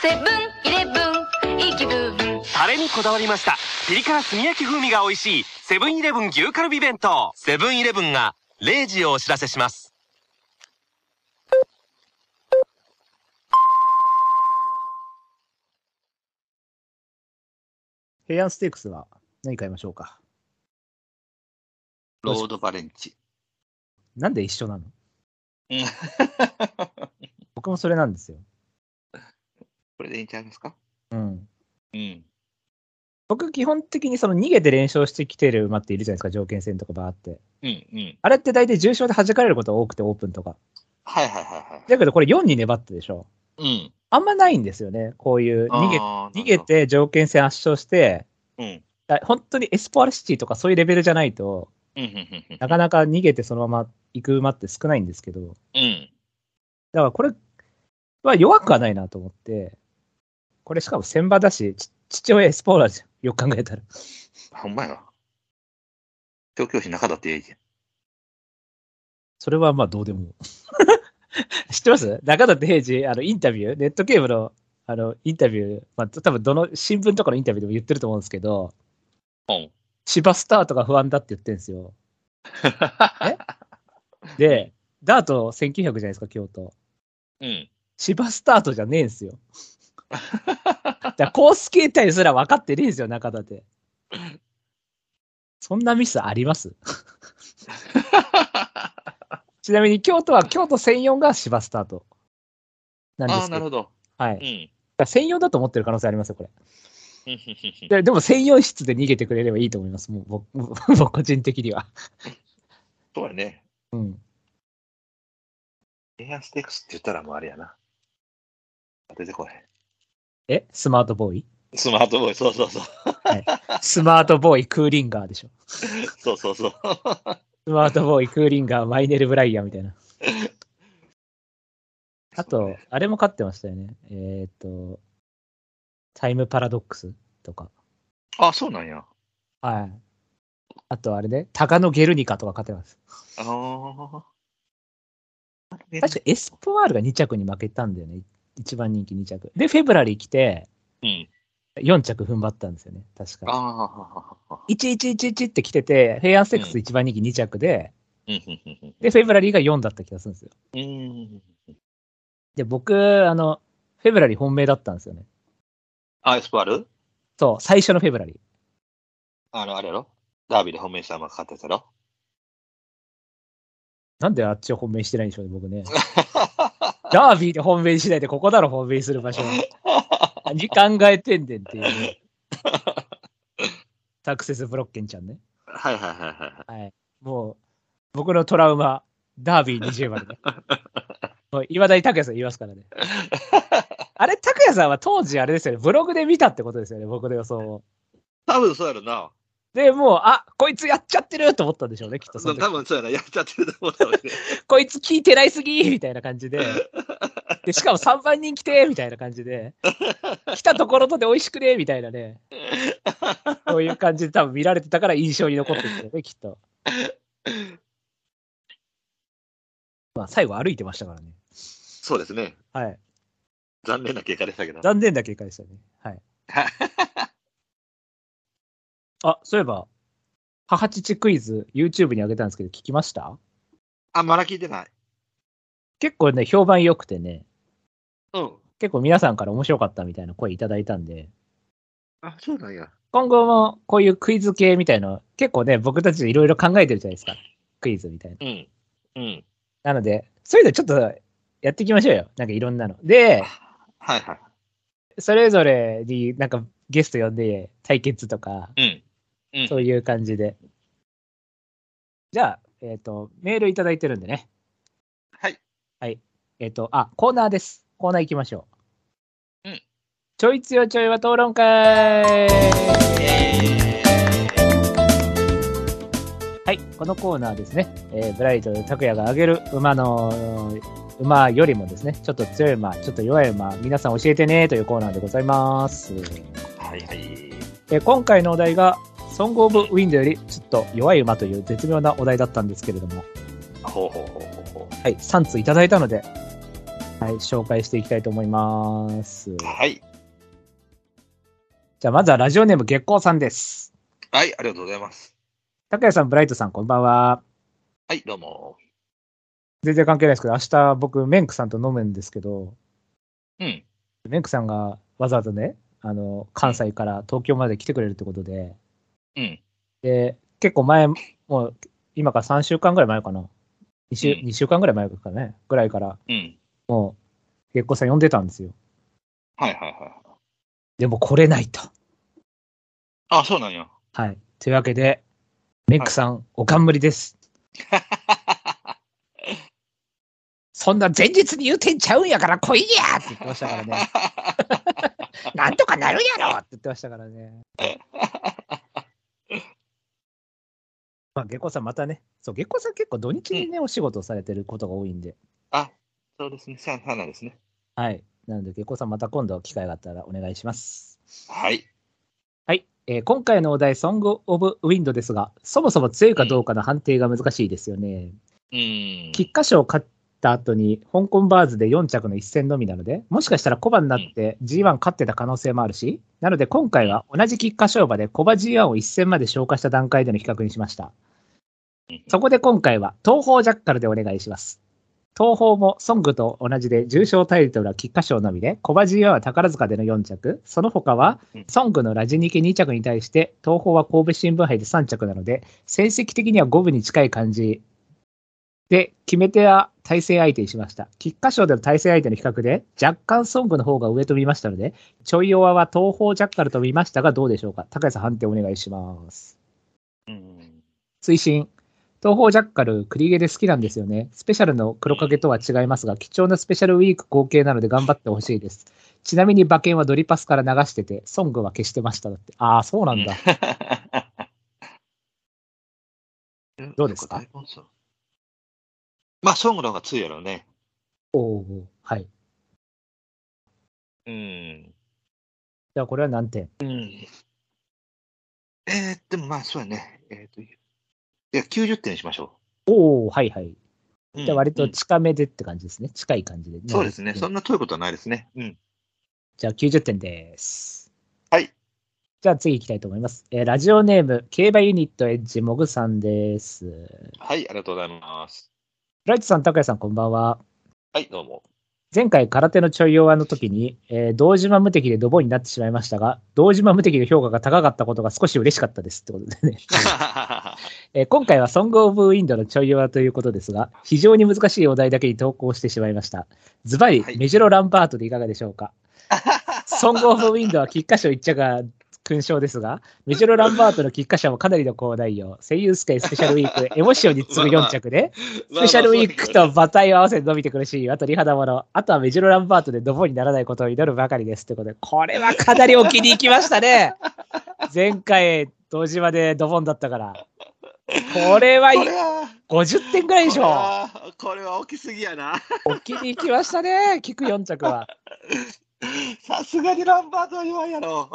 セブンイレブンいい気分。 タレにこだわりました。ピリ辛炭焼き風味が美味しいセブンイレブン牛カルビ弁当。セブンイレブンが0時をお知らせします。 平安ステークスは何買いましょうか。 ロードバレンチ。 なんで一緒なの？ うん僕もそれなんですよ。 これでいいんちゃいますか？ うん。 うん。 僕基本的にその逃げて連勝してきてる馬っているじゃないですか、条件戦とかバーって。 うんうん。 あれって大体重賞で弾かれることが多くて、オープンとか。 はいはいはいはい。 だけどこれ4に粘ってでしょ。 うん。 あんまないんですよね。こういう逃げて。 て条件戦圧勝して、 うん。 本当にエスポアルシティとかそういうレベルじゃないと、なかなか逃げてそのまま行く馬って少ないんですけど、 うん。 だからこれは弱くはないなと思って、これしかも先場だし、父親エスポーラーじゃん。よく考えたら。 ほんまや。調教師中田っていいじゃん。 それはまあどうでも。知ってます？中田平次、インタビュー、ネットゲームの、インタビュー、まあ多分どの新聞とかのインタビューでも言ってると思うんですけど、 うん。 芝スタートが不安だって言ってるんですよ。で、ダート1900じゃないですか、京都。 うん。 芝スタートじゃねえんすよ。だからコース形態すら分かってねえんすよ、中田で。そんなミスありますちなみに京都は京都1004が芝スタートなんですけど。 ああ、なるほど。 はい。 うん。 だ1004だと思ってる可能性ありますよ、これ。でも1004室で逃げてくれればいいと思います、もう僕個人的には。 そうやね。 うん。 エアステークスって言ったらもうあれやな。出てこへん。 スマートボーイ？ スマートボーイ、そうそうそう。 はい。スマートボーイ、クーリンガーでしょ。 そうそうそう。 スマートボーイ、クーリンガー、マイネル・ブライアンみたいな。あと、あれも勝ってましたよね。タイムパラドックスとか。 あ、そうなんや。 はい。あと、あれね、タガノ・ゲルニカとか勝ってます。 ああ。 確かエスポワールが2着に負けたんだよね。一番人気2着。で、フェブラリー来て、 うん。 4着踏ん張ったんですよね。確か。 ああ。 1111って来てて、平安ステックス一番人気2着で、 で、 で、フェブラリーが4だった気がするんですよ。で、僕、フェブラリー本命だったんですよね。 エスポワール？ そう、最初のフェブラリー。 あれやろ？ダービーで本命した馬が勝ったやつやろ？ なんであっちを本命してないんでしょうね、僕ね。ダービーで本命しないで、ここだろ、本命する場所。何考えてんねんっていう、ね。サクセスブロッケンちゃんね。 はい。 はい。もう、僕のトラウマ、ダービー20番ね。もう岩谷拓也さん言いますからね。あれ、拓也さんは当時あれですよね、ブログで見たってことですよね、僕の予想を。 多分そうやろな。 で、もう、こいつやっちゃってると思ったんでしょうね、きっと。 多分そうやな、やっちゃってると思ったわけ。 こいつ聞いてないすぎみたいな感じで。で、しかも3番人来てみたいな感じで。来たところとで美味しくねみたいなね。そういう感じで多分見られてたから印象に残ってるんですよね、きっと。まあ、最後歩いてましたからね。 そうですね。 はい。 残念な結果でしたけど。 残念な結果でしたね。はい。そういえば、母父クイズ YouTube に上げたんですけど、聞きました？ まだ聞いてない。 結構ね、評判良くてね。 うん。 結構皆さんから面白かったみたいな声いただいたんで。 そうなんや。 今後もこういうクイズ系みたいな、結構ね、僕たちいろいろ考えてるじゃないですか。クイズみたいな。 うん。 なので、そういうのちょっとやっていきましょうよ。なんかいろんなの。で、 はい。 それぞれになんかゲスト呼んで対決とか、そういう感じで。じゃあ、メールいただいてるんでね。 はい。 はい。コーナーです。コーナー行きましょう。ちょいつよちょいは討論会。はい。このコーナーですね。ブライト拓也が挙げる馬よりもですね、ちょっと強い馬、ちょっと弱い馬、皆さん教えてねというコーナーでございます。 はい。 今回のお題が、ソングオブウィンドよりちょっと弱い馬という絶妙なお題だったんですけれども。はい、3通いただいたので、 はい、紹介していきたいと思います。 はい。 じゃあ、まずはラジオネーム月光さんです。 はい、ありがとうございます。 高谷さん、ブライトさん、こんばんは。 はい、どうも。 全然関係ないですけど、明日僕、メンクさんと飲むんですけど、 うん。 メンクさんがわざわざね、関西から東京まで来てくれるってことで、 うん。 で、結構前、もう、今から3週間ぐらい前かな。2週間ぐらい前かね、ぐらいから、 うん。 もう、月光さん呼んでたんですよ。 はいはいはい。 でも来れないと。 あ、そうなんや。 はい。というわけで、メンクさん、お冠です。そんな前日に言うてんちゃうんやから来いやって言ってましたからね。なんとかなるやろって言ってましたからね。まあ、月光さんまたね、そう、月光さん結構土日にね、お仕事をされてることが多いんで。 あ、そうですね。さなんですね。 はい。なので、月光さんまた今度機会があったらお願いします。 はい。 はい。今回のお題、ソング・オブ・ウィンドですが、そもそも強いかどうかの判定が難しいですよね。菊花賞を勝った後に、香港バーズで4着の一戦のみなので、もしかしたらコバになって G1 勝ってた可能性もあるし、なので今回は同じ菊花賞馬でコバ G1 を一戦まで消化した段階での比較にしました。そこで今回は東方ジャッカルでお願いします。東方もソングと同じで重賞タイトルは菊花賞のみで、コバ G1 は宝塚での4着、その他はソングのラジニケ2着に対して、東方は神戸新聞杯で3着なので、成績的には5分に近い感じで、決め手は対戦相手にしました。菊花賞での対戦相手の比較で、若干ソングの方が上と見ましたので、ちょい弱は東方ジャッカルと見ましたが、どうでしょうか。高谷さん判定お願いします。推進。東方ジャッカル、クリゲで好きなんですよね。スペシャルの黒影とは違いますが、貴重なスペシャルウィーク合計なので頑張ってほしいです。ちなみに馬券はドリパスから流してて、ソングは消してましただって。ああ、そうなんだ。どうですか？ まあ、ソングの方が強いやろうね。 おお、はい。じゃあ、これは何点？ でもまあ、そうやね。いや、90点にしましょう。おお、はいはい。じゃあ、割とうん。 近めでって感じですね。近い感じで。 そうですね。そんな遠いことはないですね。 じゃあ、90点です。 はい。 じゃあ、次行きたいと思います。ラジオネーム、競馬ユニットエッジモグさんです。 はい、ありがとうございます。 ブライトさん、高谷さん、こんばんは。 はい、どうも。 前回空手のちょい弱の時に、堂島無敵でドボになってしまいましたが、堂島無敵の評価が高かったことが少し嬉しかったですってことでね。今回はソングオブウィンドのちょい弱ということですが、非常に難しいお題だけに投稿してしまいました。ズバリ、メジロランバートでいかがでしょうか。ソングオブウィンドは菊花賞1着が勲章ですが、メジロランバートの菊花賞もかなりの好内容。声優スカイスペシャルウィーク、エモシオンに次ぐ4着で、スペシャルウィークと馬体を合わせて伸びて苦しい。あと、リハダモの。あとはメジロランバートでドボにならないことを祈るばかりです。ということで、これはかなり置きに行きましたね。前回、堂島でドボンだったから。これは50点ぐらいでしょ。 これは大きすぎやな。 置きに行きましたね、菊4着は。 さすがにランバートは弱いやろ。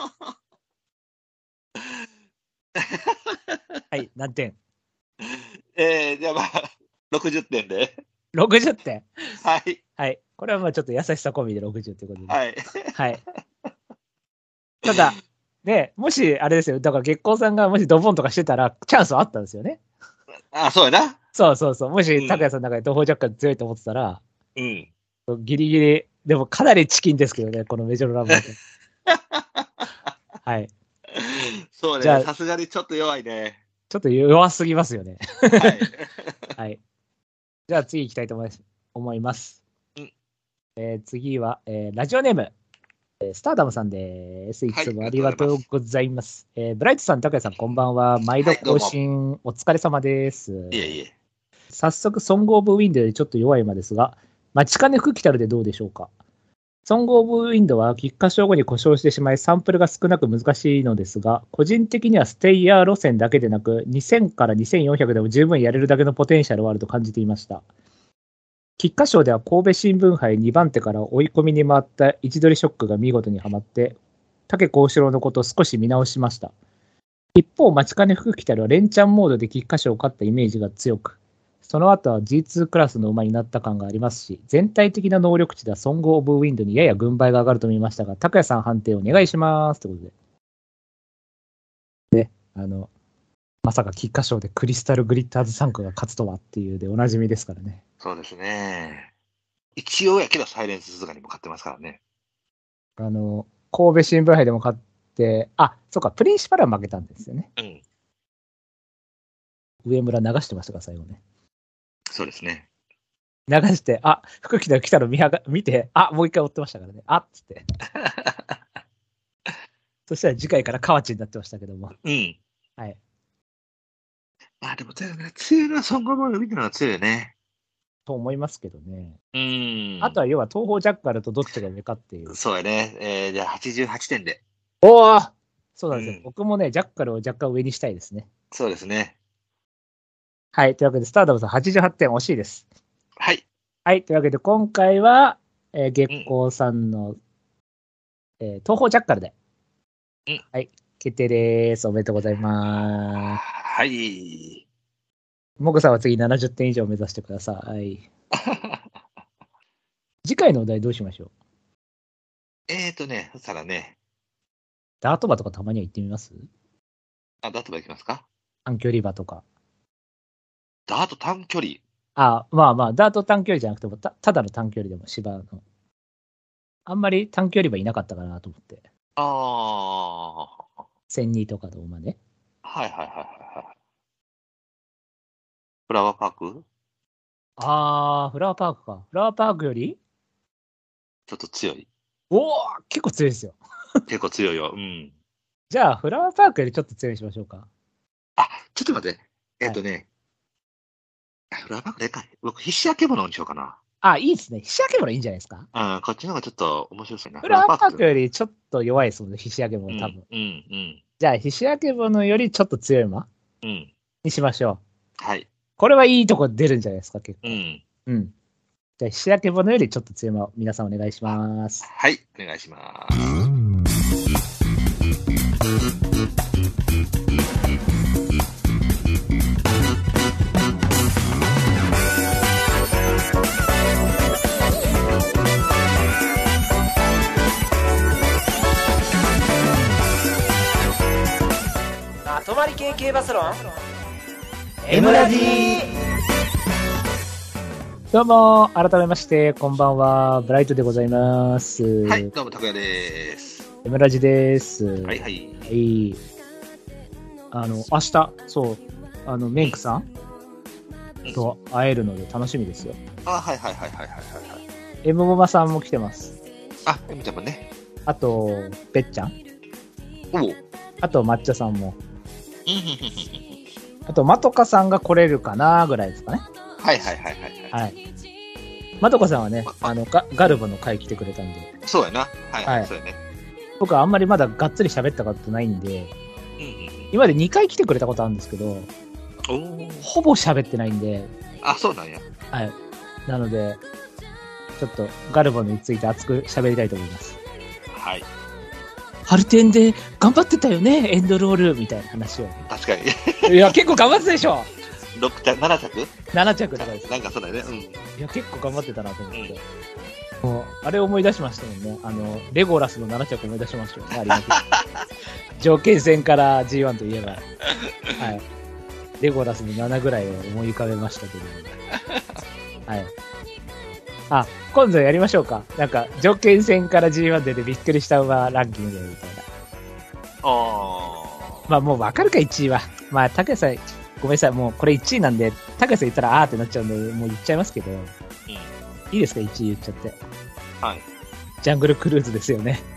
はい、何点？ じゃあまあ、60点で。 60点。 はい。 はい。これはまあちょっと優しさ込みで60ということで。 はい。 はい。ただ、ね、もし、あれですよ、だから月光さんがもしドボンとかしてたら、チャンスはあったんですよね。 あ、そうやな。 そうそうそう。もし、高谷さんの中で東方ジャッカル強いと思ってたら、ギリギリ、でもかなりチキンですけどね、このメジロランバート。はい。 そうね、さすがにちょっと弱いね。 ちょっと弱すぎますよね。 はい。 はい。じゃあ次行きたいと思います。次は、ラジオネーム、スターダムさんです。いつもありがとうございます。ブライトさん、高谷さん、こんばんは。毎度更新、お疲れ様です。 いえいえ。 早速、ソングオブウィンドでちょっと弱い馬ですが、待ちかねフキタルでどうでしょうか。ソングオブウィンドは菊花賞後に故障してしまい、サンプルが少なく難しいのですが、個人的にはステイヤー路線だけでなく、2000から2400でも十分やれるだけのポテンシャルはあると感じていました。菊花賞では神戸新聞杯2番手から追い込みに回った位置取りショックが見事にはまって、武幸四郎のことを少し見直しました。一方、待ちかねフキタルは連チャンモードで菊花賞を勝ったイメージが強く、 その後は G2 クラスの馬になった感がありますし、全体的な能力値ではソング・オブ・ウィンドにやや軍配が上がると見ましたが、拓也さん判定お願いします。ということで。で、まさか菊花賞でクリスタル・グリッターズ3区が勝つとはっていうでおなじみですからね。 そうですね。一応やけどサイレンス鈴鹿にも勝ってますからね。 神戸新聞杯でも勝って、そうか、プリンシパルは負けたんですよね。 うん。 上村流してましたか、最後ね。 そうですね。 流して、福木が来たの見て、もう一回追ってましたからね。っつって。そしたら次回から河内になってましたけども。 うん。 はい。 でも強いのはソング・オブ・ウィンドの方が強いよね。 と思いますけどね。 あとは要は東方ジャッカルとどっちが上かっていう。 そうやね。じゃあ88点で。 そうなんですよ。僕もね、ジャッカルを若干上にしたいですね。 そうですね。 はい。というわけで、スターダムさん88点惜しいです。 はい。 はい。というわけで、今回は、月光さんの、東方ジャッカルで。はい。決定です。おめでとうございます。 はい。 モグさんは次70点以上目指してください。次回のお題どうしましょう？ そしたらね。 ダート馬とかたまには行ってみます？ ダート馬行きますか？ 短距離馬とか。 ダート短距離？ まあ、ダート短距離じゃなくても、ただの短距離でも芝の。あんまり短距離馬いなかったかなと思って。1002とかの馬ね。 はい。フラワーパーク？ フラワーパークか。フラワーパークよりちょっと強い。 結構強いですよ。 結構強いよ。うん。 じゃあ、フラワーパークよりちょっと強いにしましょうか。 ちょっと待って。フラワーパークでかい。僕、必死明け物にしようかな。 いいですね。必死明け物いいんじゃないですか。 こっちの方がちょっと面白そうな。 フラワーパークよりちょっと弱いですもんね、必死明け物多分。じゃあ、必死明け物よりちょっと強い馬にしましょう。 はい。 これはいいとこ出るんじゃないですか、結構。じゃあ、必死明け物よりちょっと強い馬、皆さんお願いします。 はい、お願いします。 まとまり系系バスロン M ラジどうも、改めまして、こんばんは、ブライトでございます。 はい、どうも、拓也です。 M ラジです。 はい。 明日、そう、メンクさんと会えるので楽しみですよ。 はい。 M モマさんも来てます。 M ちゃんもね。 あと、べっちゃん。あと、抹茶さんも。あと、まとかさんが来れるかなぐらいですかね。 はい。 まとかさんはね、ガルボの回来てくれたんで。 そうやな。はい。そうやね。 僕はあんまりまだがっつり喋ったことないんで、今まで2回来てくれたことあるんですけど、ほぼ喋ってないんで。 そうなんや。 はい。なので、ちょっとガルボについて熱く喋りたいと思います。 はい。 ハルテンで頑張ってたよね、エンドロールみたいな話を。 確かに。 いや、結構頑張ってたでしょ。 7着 ?7 着とかです。 なんかそうだよね。 いや、結構頑張ってたなと思って。もうあれ思い出しましたもんね。レゴラスの7着思い出しましたよね、ありがとう。条件戦から G1 といえば。はい。レゴラスの7ぐらいを思い浮かべましたけど。はい。今度やりましょうか。なんか、条件戦から G1 出てびっくりした馬ランキングみたいな。まあもうわかるか、1位は。まあ、竹谷さん、ごめんなさい、もうこれ1位なんで、竹谷さん言ったらってなっちゃうんで、もう言っちゃいますけど。いいですか、1位言っちゃって。 はい。 ジャングルクルーズですよね。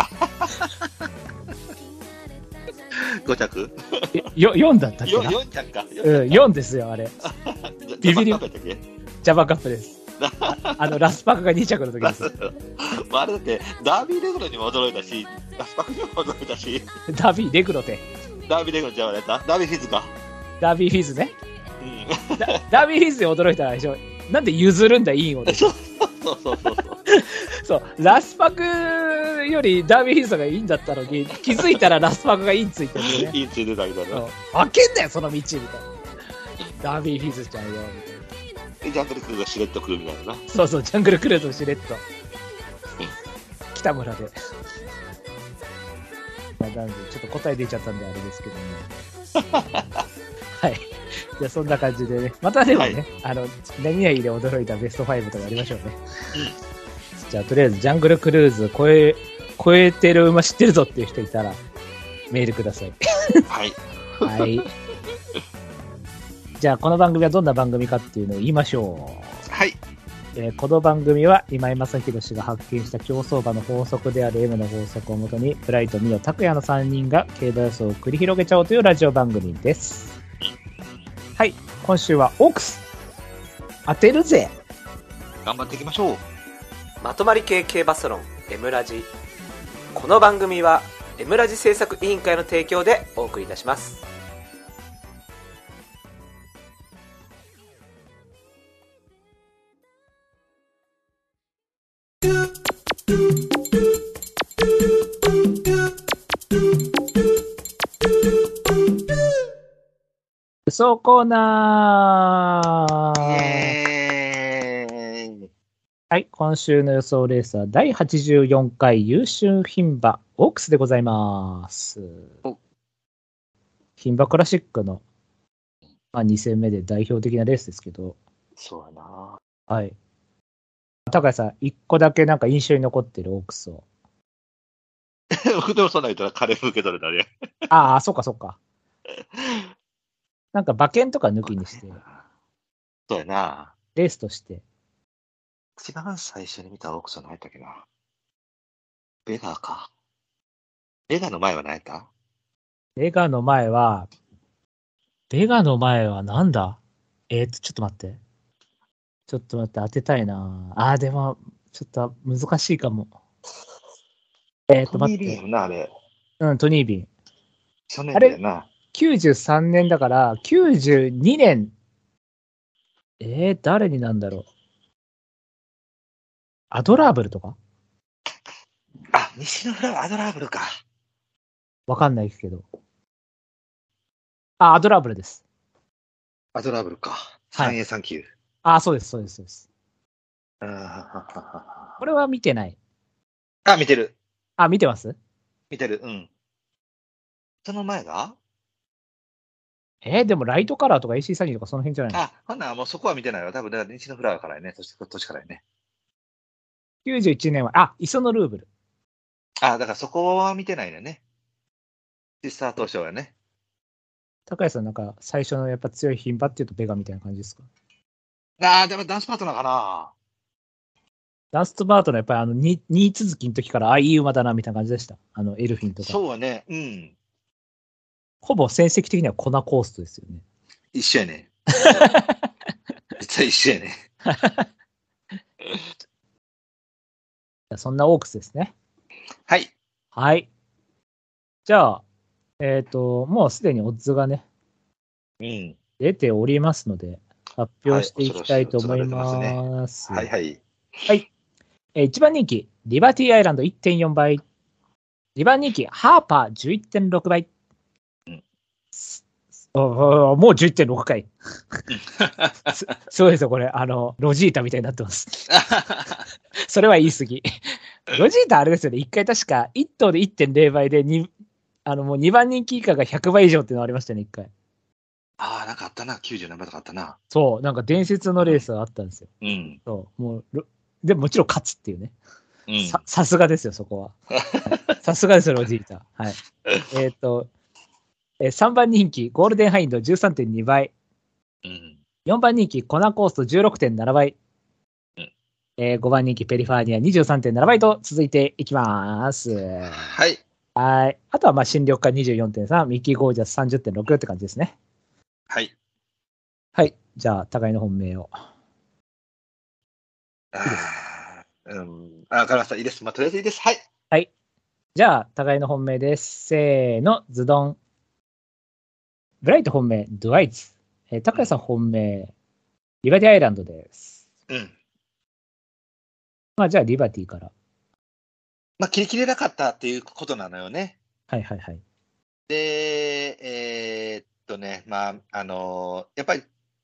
5着 4だったっけな。 4着か。 4ですよ、あれ。ビビリ。ジャパンカップです。ラスパクが2着の時です。 あれだって、ダービーレグロにも驚いたし、ラスパクにも驚いたし。 ダービーレグロって。 ダービーレグロじゃあれだ。ダービーフィズか。 ダービーフィズね。ダービーフィズで驚いたらでしょ。なんで譲るんだ、インを。そう、ラスパクよりダービーフィズがいいんだったのに、気づいたらラスパクがインついてるね。 インついてたみたいな。 開けんだよ、その道みたいな。ダービーフィズちゃんよ、みたいな。 ジャングルクルーズがしれっと来るみたいなな。 そうそう、ジャングルクルーズのしれっと。北村で。まあ、なんで、ちょっと答え出ちゃったんであれですけどね。はい。じゃあそんな感じでね。またでもね、何々で驚いたベスト5とかやりましょうね。じゃあとりあえず、ジャングルクルーズ超えてる馬知ってるぞっていう人いたら、メールください。 はい。 はい。じゃあこの番組はどんな番組かっていうのを言いましょう。 はい。 この番組は今井正弘氏が発見した競走馬の法則である M の法則をもとに、ブライト、ミオ、拓也の3人が競馬予想を繰り広げちゃおうというラジオ番組です。はい、今週はオークス当てるぜ。 頑張っていきましょう。 まとまり系系バスロン M ラジ。この番組は M ラジ制作委員会の提供でお送りいたします。 予想コーナー。はい、今週の予想レースは第84回優秀牝馬オークスでございます。牝馬クラシックの、2戦目で代表的なレースですけど。 そうやな。 はい。高谷さん、一個だけなんか印象に残ってるオークスを。 僕でもそんなん言ったら金受け取れたね。 ああ、そっかそっか。なんか馬券とか抜きにして、 そうやな。 レースとして。 一番最初に見たオークション何やったっけな。ベガか。ベガの前は何やった？ ベガの前はなんだ？ちょっと待って。当てたいな。でも、ちょっと難しいかも。 トニービーンな、あれ。 うん、トニービン。 去年だよな。 93年だから、92年。誰になんだろう。アドラーブルとか？ 西のフラワー、アドラーブルか。 わかんないけど。アドラーブルです。 アドラーブルか。 はい、 3A39。 そうです。これは見てない。 見てる。 見てます？ 見てる。うん。その前がでもライトカラーとか AC サニーとかその辺じゃないの？ ほんならもうそこは見てないわ。多分、だから西のフラワーからね。そして今年からね。 91年は、磯のルーブル。 だからそこは見てないね。シスター当初はね。 高谷さんなんか最初のやっぱ強い牝馬っていうとベガみたいな感じですか？ でもダンスパートナーかな。 ダンスパートナーやっぱり2位続きの時からいい馬だなみたいな感じでした。エルフィンとか。 そうはね。うん。 ほぼ戦績的にはコナコーストですよね。 一緒やね。実は一緒やね。 そんなオークスですね。 はい。 はい。じゃあ、もうすでにオッズがね、出ておりますので、発表していきたいと思います。 はい。 1番人気、リバティアイランド 1.4 倍。2番人気、ハーパー 11.6 倍。もう 11.6 回。すごいですよ、これ。ロジータみたいになってます。それは言い過ぎ。ロジータあれですよね。1回確か1頭で 1.0 倍でもう2番人気以下が100倍以上っていうのありましたね、1回。 なんかあったな。90何倍とかあったな。 そう、なんか伝説のレースがあったんですよ。そうもうでももちろん勝つっていうね。さすがですよ、そこは。さすがですよ、ロジータ。はい。3番人気、ゴールデンハインド 13.2 倍。4番人気、コナコースト 16.7 倍。5番人気、ペリファーニア 23.7 倍と続いていきます。 はい。 あとは、新緑化 24.3、ミッキーゴージャス 30.6 って感じですね。 はい。 はい。じゃあ、互いの本命を。 わかりました。いいです。とりあえずいいです。はい。 はい。じゃあ、互いの本命です。せーの、ズドン。ブライト本命、ドワイツ。高谷さん本命、リバティアイランドです。じゃあ、リバティから。 切り切れなかったっていうことなのよね。 はい。 で、やっぱり、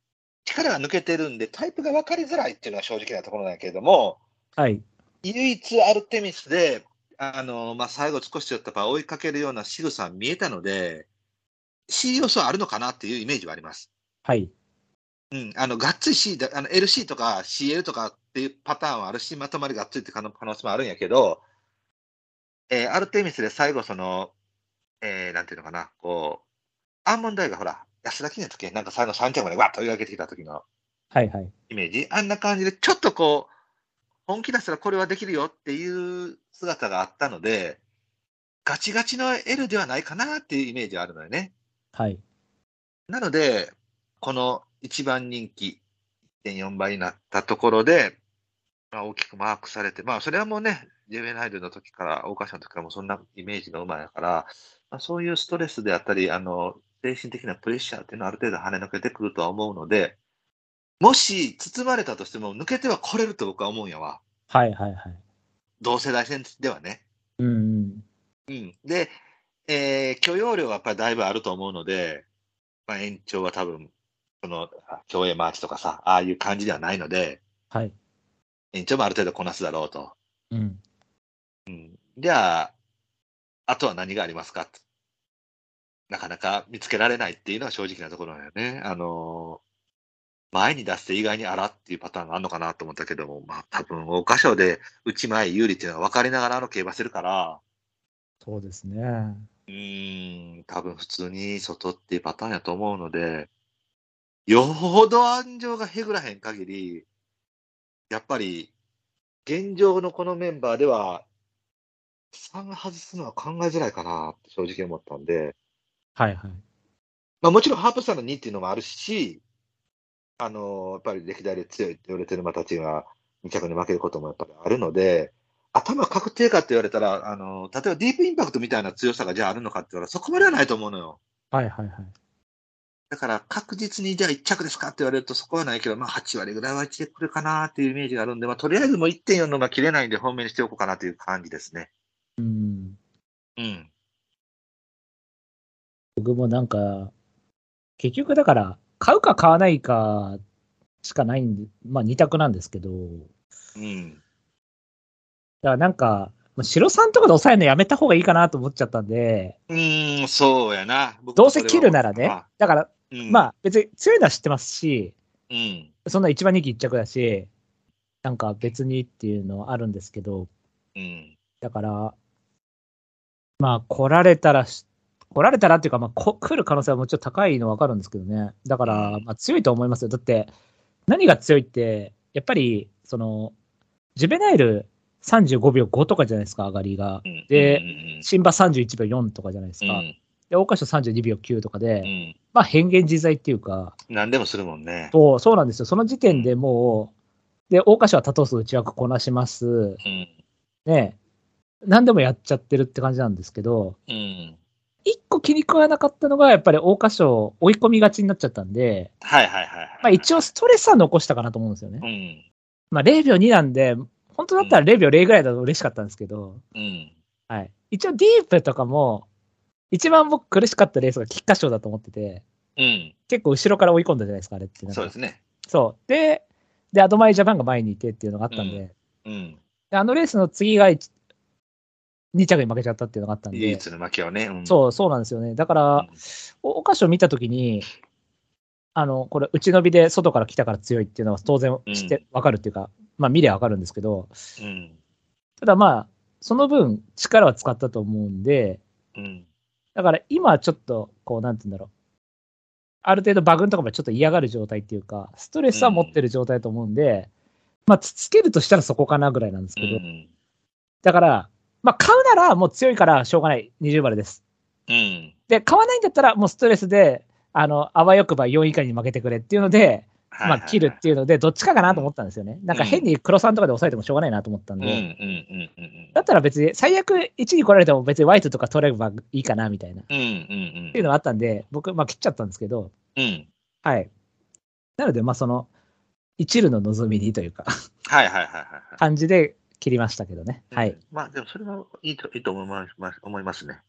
力が抜けてるんで、タイプが分かりづらいっていうのが正直なところなんやけれども、 はい。 唯一アルテミスで、最後少しちょっとやっぱ追いかけるような仕草見えたので、C 要素はあるのかなっていうイメージはあります。 はい。 がっつり C だ、LC とか CL とかっていうパターンはあるし、まとまりがっつりって可能性もあるんやけど、アルテミスで最後なんていうのかな、アーモンドアイがほら、安田記念の時なんか最後3着までわっと追い上げてきた時のはいはい。 イメージ、あんな感じで、ちょっと本気出したらこれはできるよっていう姿があったので、ガチガチの L ではないかなっていうイメージはあるのよね。 はい。 なので、この一番人気1.4倍になったところで、大きくマークされて、それはもうね、ジェベナイルの時から、桜花賞の時からもそんなイメージの馬やから、そういうストレスであったり、精神的なプレッシャーっていうのはある程度跳ね抜けてくるとは思うので、もし包まれたとしても、抜けては来れると僕は思うんやわ。 はいはいはい。 同世代戦ではね。 うん。 で、許容量はやっぱりだいぶあると思うので、延長は多分、競泳マーチとかさ、ああいう感じではないので、 はい。 延長もある程度こなすだろうと。 うん。 じゃあ、あとは何がありますかとなかなか見つけられないっていうのは正直なところだよね。前に出して意外にあらっていうパターンがあるのかなと思ったけども、多分、桜花賞で内前有利っていうのは分かりながら競馬してるから、 そうですね。 多分普通に外っていうパターンやと思うので、よほど安城がへぐらへん限り、やっぱり、現状のこのメンバーでは、3外すのは考えづらいかなって正直思ったんで、 はいはい。 もちろんハープさんの2っていうのもあるし、やっぱり歴代で強いって言われてる馬たちが2着に負けることもやっぱりあるので、頭確定かって言われたら、例えばディープインパクトみたいな強さがじゃああるのかって言われたらそこまではないと思うのよ。 はいはいはい。 だから確実にじゃあ1着ですかって言われるとそこはないけど、8割ぐらいは1でくるかなっていうイメージがあるんで、とりあえずもう 1.4 の馬切れないんで本命にしておこうかなという感じですね。 うん。 うん。 僕もなんか、結局だから、買うか買わないかしかないんで、2択なんですけど、だからなんか、白さんとかで抑えるのやめた方がいいかなと思っちゃったんで、 そうやな。 どうせ切るならね。だから、別に強いのは知ってますし、そんな一番人気一着だし、なんか別にっていうのはあるんですけど、だから、来られたらっていうか、来る可能性はもちろん高いのは分かるんですけどね。だから、強いと思いますよ。だって、何が強いって、やっぱり、ジュベナイル35秒5とかじゃないですか、上がりが。で、新馬31秒4とかじゃないですか。で、桜花賞32秒9とかで、変幻自在っていうか。 何でもするもんね。 そうなんですよ。その時点でもう、で、桜花賞は多頭数内枠こなします。ね、何でもやっちゃってるって感じなんですけど、一個気に食わなかったのが、やっぱり桜花賞追い込みがちになっちゃったんで、一応ストレスは残したかなと思うんですよね。0秒2なんで、本当だったら0秒0ぐらいだと嬉しかったんですけど、はい。一応ディープとかも、一番僕苦しかったレースが菊花賞だと思ってて、結構後ろから追い込んだじゃないですか、あれって。 そうですね。 そう。で、アドマイジャパンが前にいてっていうのがあったんで、であのレースの次が2着に負けちゃったっていうのがあったんで。 唯一の負けはね。 そうなんですよね。だから、桜花賞見たときに、これ、内伸びで外から来たから強いっていうのは当然わかるっていうか、見りゃわかるんですけど、ただその分力は使ったと思うんで、だから今ちょっと、なんて言うんだろう。ある程度馬群とかもちょっと嫌がる状態っていうか、ストレスは持ってる状態だと思うんで、つつけるとしたらそこかなぐらいなんですけど、だから、買うならもう強いからしょうがない20丸です。で、買わないんだったらもうストレスで、あわよくば4以下に負けてくれっていうので、切るっていうので、どっちかかなと思ったんですよね。なんか変に黒さんとかで抑えてもしょうがないなと思ったんで、だったら別に最悪1に来られても別にワイトとか取ればいいかなみたいな、っていうのがあったんで、僕、切っちゃったんですけど、はい。なので、一縷の望みにというか、感じで切りましたけどね。はい。 でもそれはいいと思いますね。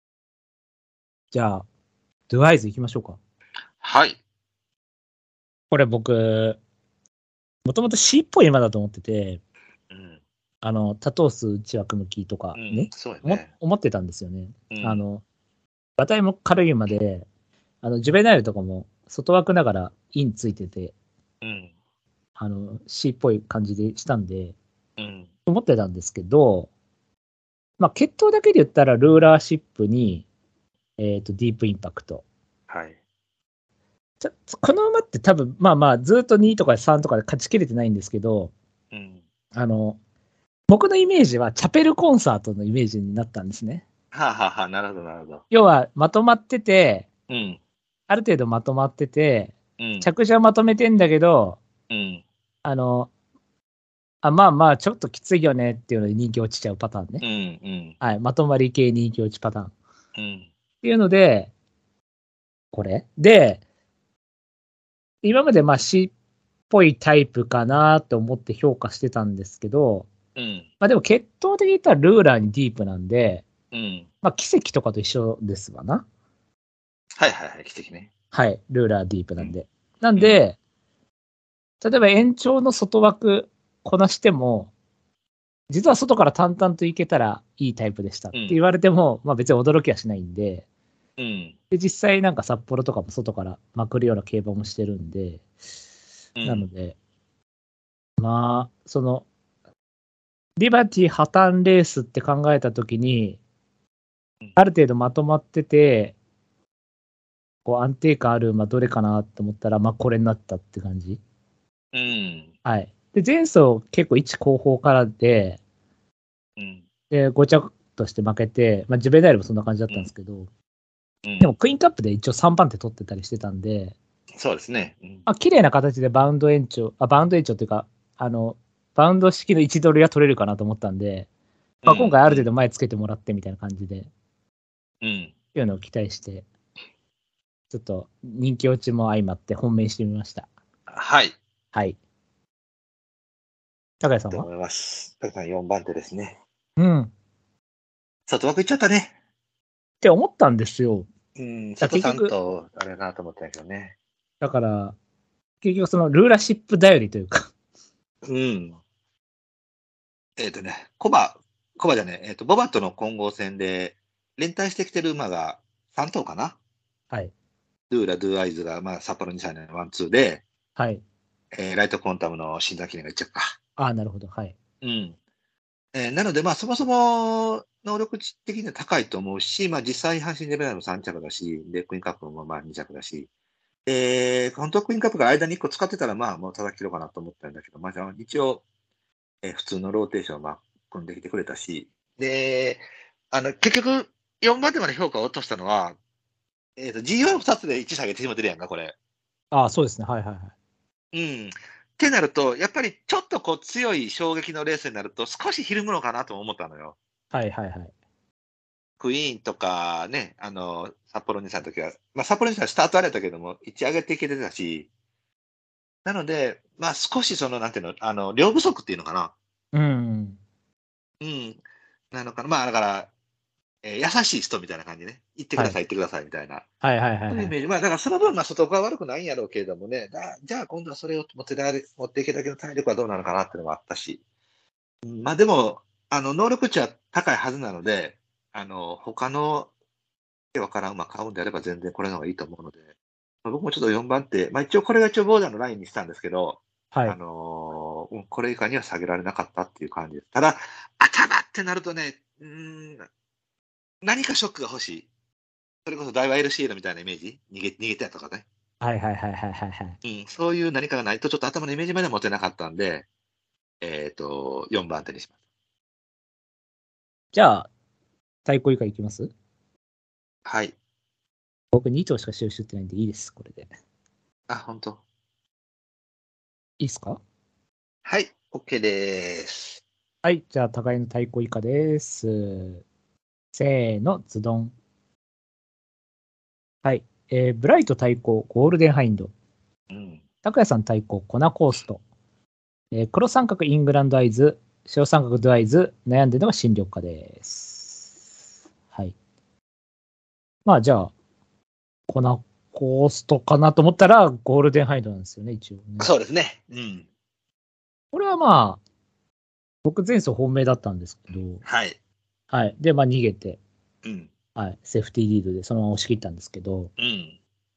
じゃあ、ドゥアイズ行きましょうか。 はい。 これ僕、もともと C っぽい馬だと思ってて、 うん。 多頭数内枠向きとかうんね、 そうやね。 思ってたんですよね。 うん馬体も軽い馬で、ジュベナイルとかも外枠ながらインついてて、 うん。 C っぽい感じでしたんで、 うん。 思ってたんですけど、まあ、血統だけで言ったら、ルーラーシップに、ディープインパクト。 はい。 この馬って多分、まあまあ、ずっと2とか3とかで勝ちきれてないんですけど、 うん。 僕のイメージはチャペルコンサートのイメージになったんですね。 はあ、はあはあ、なるほど、なるほど。 要は、まとまってて、 うん。 ある程度まとまってて、 うん。 着地はまとめてんだけど、 うん。 まあまあ、ちょっときついよねっていうので人気落ちちゃうパターンうね。 ん。 はい。まとまり系人気落ちパターン。っうん。 ていうので、これで、今までまあ C っぽいタイプかなと思って評価してたんですけど、 うん。 まあでも血統的に言ったらルーラーにディープなんで、 うん。 まあ奇跡とかと一緒ですわな。 はいはいはい、奇跡ね。 はい。ルーラーディープなんで。なんで、例えば延長の外枠こなしても、実は外から淡々といけたらいいタイプでしたって言われても、まあ別に驚きはしないんで、 うん。 で、実際なんか札幌とかも外からまくるような競馬もしてるんで、なので、まあ、リバティ破綻レースって考えたときに、ある程度まとまってて、こう安定感ある馬どれかなと思ったら、まあこれになったって感じ。 うん。 はい。で、前走結構一後方からで、 うん。 で、ごちゃっとして負けて、まあジュベナイルもそんな感じだったんですけど、 うん。 でもクイーンカップで一応3番手取ってたりしてたんで、 そうですね。 まあ綺麗な形でバウンド延長っていうか、バウンド式の1ドルが取れるかなと思ったんで、まあ今回ある程度前つけてもらってみたいな感じで、 うん。 いうのを期待して、ちょっと人気落ちも相まって本命してみました。 はい。 はい。高谷さんは？ と思います。高谷さん4番手ですね。 うん。っ外枠行っちゃったね。 て思ったんですよ。 うん。佐藤さんと、あれかなと思ったんやけどね。 だから、結局そのルーラーシップ頼りというか。 うん。コバじゃねボバとの混合戦で、連帯してきてる馬が3頭かな。 はい。 ドゥーラ、ドゥーアイズが、まあ、札幌2歳のワンツーで、 はい。 ライトコンタムの新山記念が1着か。 ああ、なるほど。はい。 うん。なので、まあ、そもそも能力値的には高いと思うし、まあ、実際、阪神レベルも3着だし、で、クイーンカップもまあ2着だし、本当クイーンカップが間に1個使ってたら、まあ、もう叩き切ろうかなと思ったんだけど、まあ、一応、普通のローテーションをまあ組んできてくれたし、で、結局、4番手まで評価を落としたのは、G12 つで1下げてしまってるやんか、これ。 ああ、そうですね。はいはいはい。 うん。ってなると、やっぱりちょっとこう強い衝撃のレースになると、少しひるむのかなとも思ったのよ。 はいはいはい。 クイーンとかね、札幌2歳の時は、まあ、札幌2歳はスタートあれやったけども、1上げていけてたし、なので、まあ少しなんていうの、量不足っていうのかな。 うん。 うん。なのかな。まあだから、優しい人みたいな感じね。行ってください、行ってくださいみたいな。 はいはいはい、はい。 そういうイメージ。まあだからその分、まあ外側は悪くないんやろうけれどもね、じゃあ今度はそれを持っていけるだけの体力はどうなのかなっていうのもあったし。まあでも、能力値は高いはずなので、他のわからん馬買うんであれば全然これの方がいいと思うので、まあ、僕もちょっと4番手、まあ一応これがボーダーのラインにしたんですけど、 はい。 これ以下には下げられなかったっていう感じです。ただ、頭ってなるとね、何かショックが欲しい。それこそ大和 LCL みたいなイメージ逃げたとかね。 はいはいはいはいはいはい。 そういう何かがないとちょっと頭のイメージまで持てなかったんで、4番手にします。 じゃあ、対抗以下いきます？ はい。 僕2頭しか収集ってないんでいいです、これで。 あ、本当。 いいっすか？ はい、OK です。 はい、じゃあ、互いの対抗以下です。せーの、ズドン。はい。ブライト対抗、ゴールデンハインド。拓也さん対抗、コナコースト。黒三角、イングランドアイズ。白三角、ドアイズ。悩んでるのが新緑化です。はい。まあ、じゃあ、コナコーストかなと思ったら、ゴールデンハイドなんですよね、一応ね。 そうですね。うん。 これはまあ、僕前走本命だったんですけど、 はい。 はい。で、まあ逃げて、 うん。 はい。セーフティーリードでそのまま押し切ったんですけど、 うん。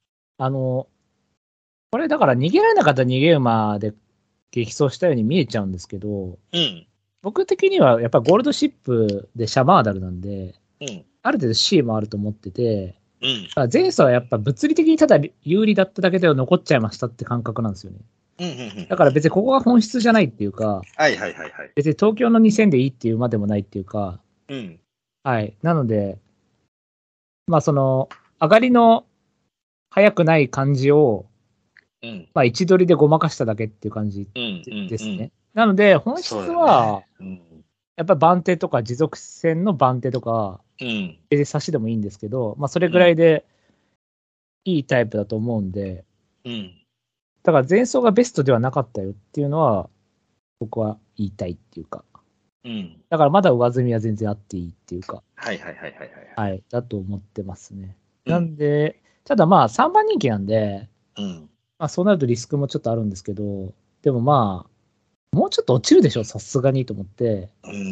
これだから逃げられなかった逃げ馬で激走したように見えちゃうんですけど、 うん。 僕的にはやっぱゴールドシップでシャバーダルなんで、 うん。 ある程度 C もあると思ってて、 うん。 前走はやっぱ物理的にただ有利だっただけで残っちゃいましたって感覚なんですよね。 うん。うん。 だから別にここが本質じゃないっていうか、 はいはいはいはい。 別に東京の2000でいいっていう馬でもないっていうか、 うん。 はい。なので、まあその、上がりの速くない感じを、 うん。 まあ位置取りでごまかしただけっていう感じうん。 ですね。なので、本質そうだは、 ね。うん。 やっぱり番手とか持続戦の番手とか、 うん。 差しでもいいんですけど、まあそれぐらいでいいタイプだと思うんで、 うん。 だから前走がベストではなかったよっていうのは、僕は言いたいっていうか、 うん。 だからまだ上積みは全然あっていいっていうか、 はいはいはいはいはい。 はい、だと思ってますね。 うんなんで、ただまあ3番人気なんで、 うん。 まあそうなるとリスクもちょっとあるんですけど、でもまあ、もうちょっと落ちるでしょ、さすがにと思って、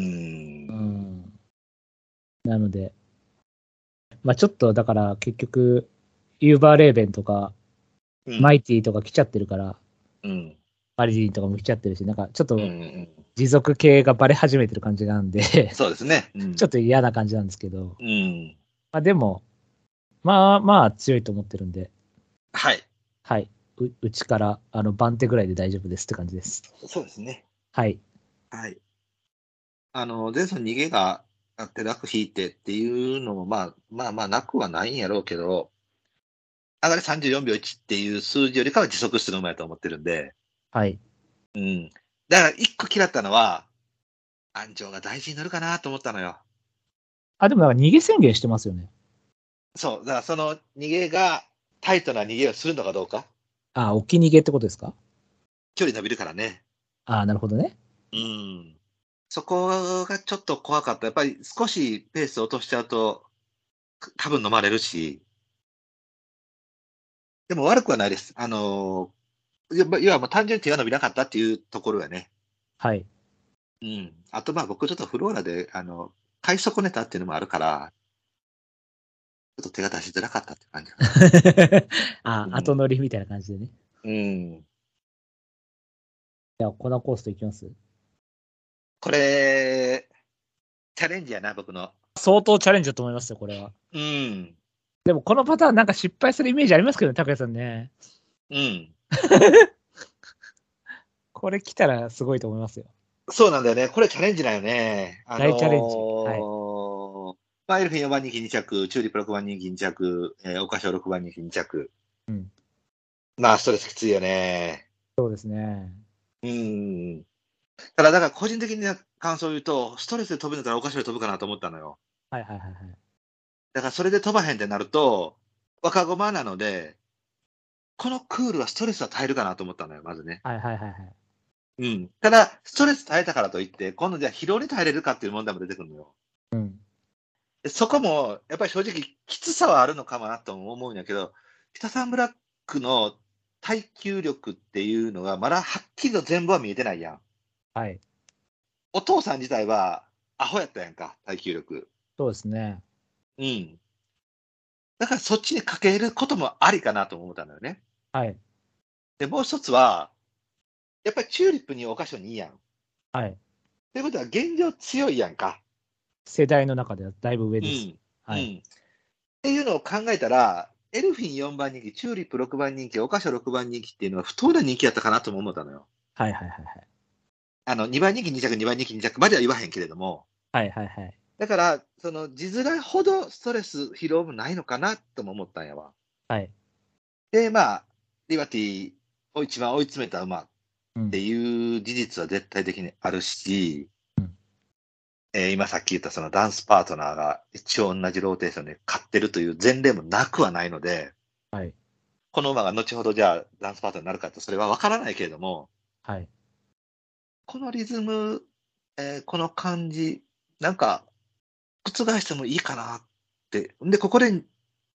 なので、まあちょっとだから結局、ユーバーレーベンとか、 うん。 マイティとか来ちゃってるから、 うん。 マリリンとかも来ちゃってるし、なんかちょっとうん。 持続系がバレ始めてる感じなんで、 そうですね。うん。 ちょっと嫌な感じなんですけど、 うん。 まあでも、まあまあ強いと思ってるんで、 はい。 はい。うちから、番手ぐらいで大丈夫ですって感じです。 そうですね。 はい。 はい。前走逃げがあって楽引いてっていうのも、まあなくはないんやろうけど、上がり34秒1っていう数字よりかは持続する馬やと思ってるんで、 はい。 だから一個嫌ったのは、安城が大事になるかなと思ったのよ。 あ、でもなんか逃げ宣言してますよね。 そう。だからその逃げが、タイトな逃げをするのかどうか。 あ、置き逃げってことですか？ 距離伸びるからね。 あ、なるほどね。 そこがちょっと怖かった。やっぱり少しペースを落としちゃうと、多分飲まれるし。でも悪くはないです。要はもう単純に手が伸びなかったっていうところがね。 はい。 あとまあ僕ちょっとフローラで、買い損ねたっていうのもあるから、ちょっと手が出しづらかったって感じかな。 後乗りみたいな感じでね。じゃあ、コナコーストいきます？ これ、チャレンジやな、僕の。 相当チャレンジだと思いますよ、これは。でも、このパターンなんか失敗するイメージありますけどね、拓也さんね。これ来たらすごいと思いますよ。 そうなんだよね。これチャレンジだよね。 大チャレンジ。はい。 まあ、エルフィン4番人気2着、チューリップ6番人気2着、オカショ6番人気2着。まあ、ストレスきついよね。 そうですね。 だから個人的に感想を言うと、ストレスで飛ぶんだったらオカショで飛ぶかなと思ったのよ。 はいはいはいはい。 だからそれで飛ばへんってなると、若駒なので、このクールはストレスは耐えるかなと思ったのよ、まずね。 はいはいはいはい。 ただ、ストレス耐えたからといって、今度じゃあ疲労に耐えれるかっていう問題も出てくるのよ。そこも、やっぱり正直、きつさはあるのかもなと思うんやけど、北サンブラックの耐久力っていうのが、まだはっきりと全部は見えてないやん。 はい。 お父さん自体は、アホやったやんか、耐久力。 そうですね。 だからそっちにかけることもありかなと思ったのよね。 はい。 で、もう一つは、やっぱりチューリップにオカショ2やん。 はい。 ということは、現状強いやんか。 世代の中ではだいぶ上です。はい。 っていうのを考えたら、エルフィン4番人気、チューリップ6番人気、オカショ6番人気っていうのは不当な人気やったかなとも思ったのよ。 はいはいはいはい。 2番人気2着、2番人気2着までは言わへんけれども。 はいはいはい。 だから、字面ほどストレス、疲労もないのかなとも思ったんやわ。 はい。 で、まあ、リバティを一番追い詰めた馬っていう事実は絶対的にあるし、今さっき言ったそのダンスパートナーが一応同じローテーションで勝ってるという前例もなくはないので、 はい。 この馬が後ほどじゃあダンスパートナーになるかとそれは分からないけれども、 はい。 このリズム、この感じ、なんか覆してもいいかなって。で、ここで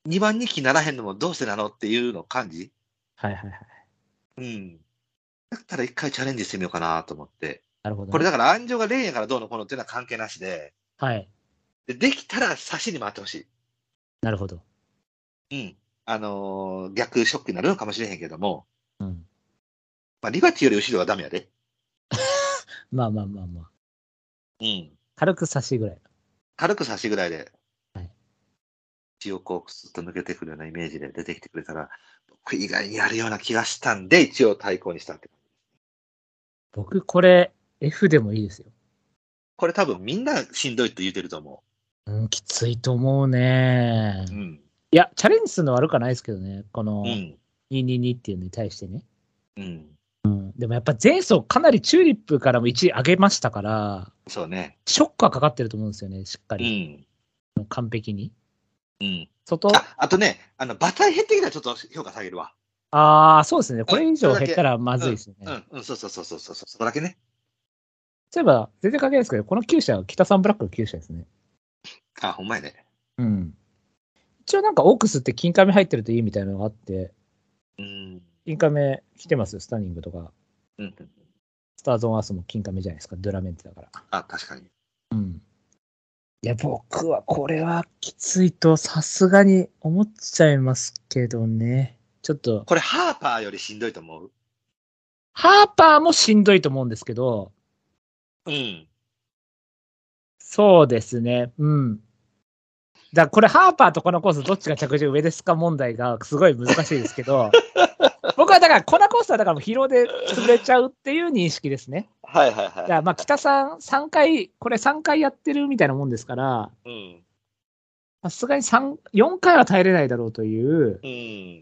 2番人気ならへんのもどうしてなのっていうの感じ。 はいはいはい。 うん。だったら一回チャレンジしてみようかなと思って。 なるほど、ね。 これだから安城がレーンやからどうのこうのっていうのは関係なしで、 はい。 できたら差しに回ってほしなるほど。 い。うん。逆ショックになるのかもしれへんけども、 うん。 まあ、リバティより後ろはダメやで。 まあまあまあまあ。 うん。 軽く差しぐらい。 軽く差しぐらいで、 はい。 血をこう、スッと抜けてくるようなイメージで出てきてくれたら、僕以外にやるような気がしたんで、一応対抗にしたって。 僕、これ、F でもいいですよ。 これ多分みんなしんどいって言ってると思うん、きついと思うね。 う。うん。 いや、チャレンジするのは悪くはないですけどね。このう、ん。 222っていうのに対してね。 うん。 でもやっぱ前走かなりチューリップからも1位上げましたから、 そうね。 ショックはかかってると思うんですよね、しっかうり。 ん。 完璧に。 うん。 外、 あとね、馬体減ってきたらちょっと評価下げるわ。 そうですね。これ以上減ったらまずいですよね。 うん、そうそうそうそう、そこだけね。 そういえば、全然関係ないですけど、この厩舎は北サンブラックの厩舎ですね。 あ、ほんまやね。 うん。一応なんかオークスって金亀入ってるといいみたいなのがあって、 うん。 金亀来てますよ、スタニングとか。 うん。 スターズオンアースも金亀じゃないですか、ドゥラメンテだから。 あ、確かに。 うん。いや、僕はこれはきついとさすがに思っちゃいますけどね。ちょっと。 これ、ハーパーよりしんどいと思う。 ハーパーもしんどいと思うんですけど、 うん。 そうですね。うん。だからこれハーパーとこのコースどっちが着順上ですか問題がすごい難しいですけど、僕はだからこのコースはだからもう疲労で潰れちゃうっていう認識ですね。 はいはいはい。 だからまあ北さん3回、これ3回やってるみたいなもんですから、 うん。 さすがに4回は耐えれないだろうという、 うん。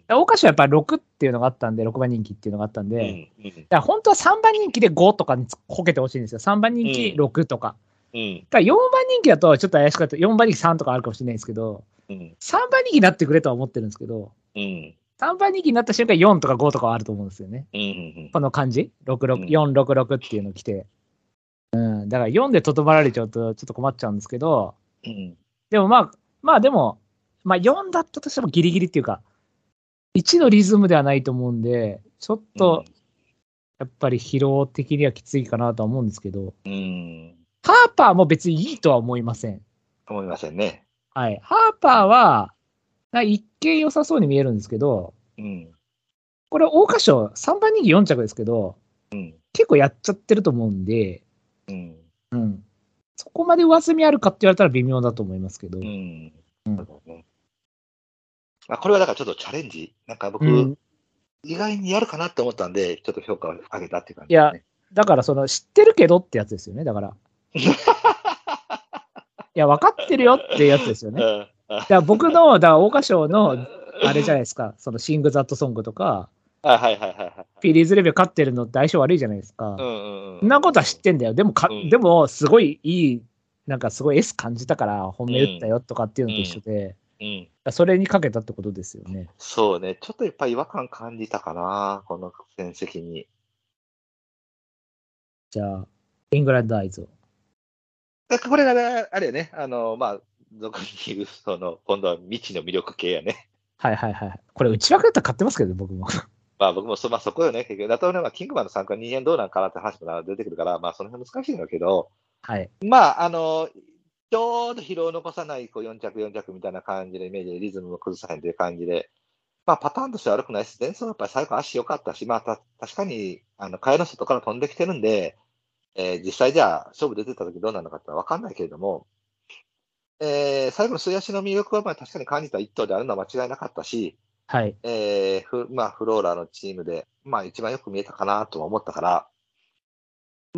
桜花賞はやっぱり6っていうのがあったんで、6番人気っていうのがあったんで、 うん。 だから本当は3番人気で5とかにこけてほしいんですよ。3番人気6とか。 うん。 だから4番人気だとちょっと怪しかった。4番人気3とかあるかもしれないですけど、 うん。 3番人気になってくれとは思ってるんですけど、 うん。 3番人気になった瞬間4とか5とかはあると思うんですよね。 うん。 この感じ ?66、 うん 466っていうの来て。だから4でとどまられちゃうとちょっと困っちゃうんですけど、 うん。 でもでも、4だったとしてもギリギリっていうか、1のリズムではないと思うんで、ちょっと、やっぱり疲労的にはきついかなとは思うんですけど、 うん。 ハーパーも別にいいとは思いません。 思いませんね。 はい。ハーパーは、一見良さそうに見えるんですけど、 うん。 これ、桜花賞3番人気4着ですけど、結構やっちゃってると思うんで、 うん。 そこまで上積みあるかって言われたら微妙だと思いますけど。 これはだからちょっとチャレンジ。なんか僕、意外にやるかなって思ったんで、ちょっと評価を上げたっていう感じですね。 いや、だから知ってるけどってやつですよね、だから。いや、分かってるよっていうやつですよね。だから僕の、桜花賞の、あれじゃないですか、シング・ザット・ソングとか、フィリーズレビュー勝ってるのって相性悪いじゃないですか。そんなことは知ってんだよ。でもでも、すごいいい、なんかすごい S 感じたから褒め打ったよとかっていうのと一緒で、それにかけたってことですよね。 そうね。ちょっとやっぱり違和感感じたかな、この戦績に。 じゃあ、イングランドアイズを。 これが、あれよね。俗に言う、今度は未知の魅力系やね。 はいはいはい。これ、内枠だったら買ってますけど、僕も。 僕もそこよね。結局、だとね、キングマンの参加人間どうなんかなって話も出てくるから、その辺難しいんだけど、 はい。 ちょうど疲労を残さない、4着みたいな感じで、イメージでリズムも崩さへんという感じで、パターンとしては悪くないし、前走やっぱり最後足良かったし、確かに、替えの外から飛んできてるんで、実際じゃあ、勝負出てた時どうなるのかってわかんないけれども、最後の末足の魅力は確かに感じた一頭であるのは間違いなかったし、 はい。 フローラーのチームで、一番よく見えたかなとは思ったから、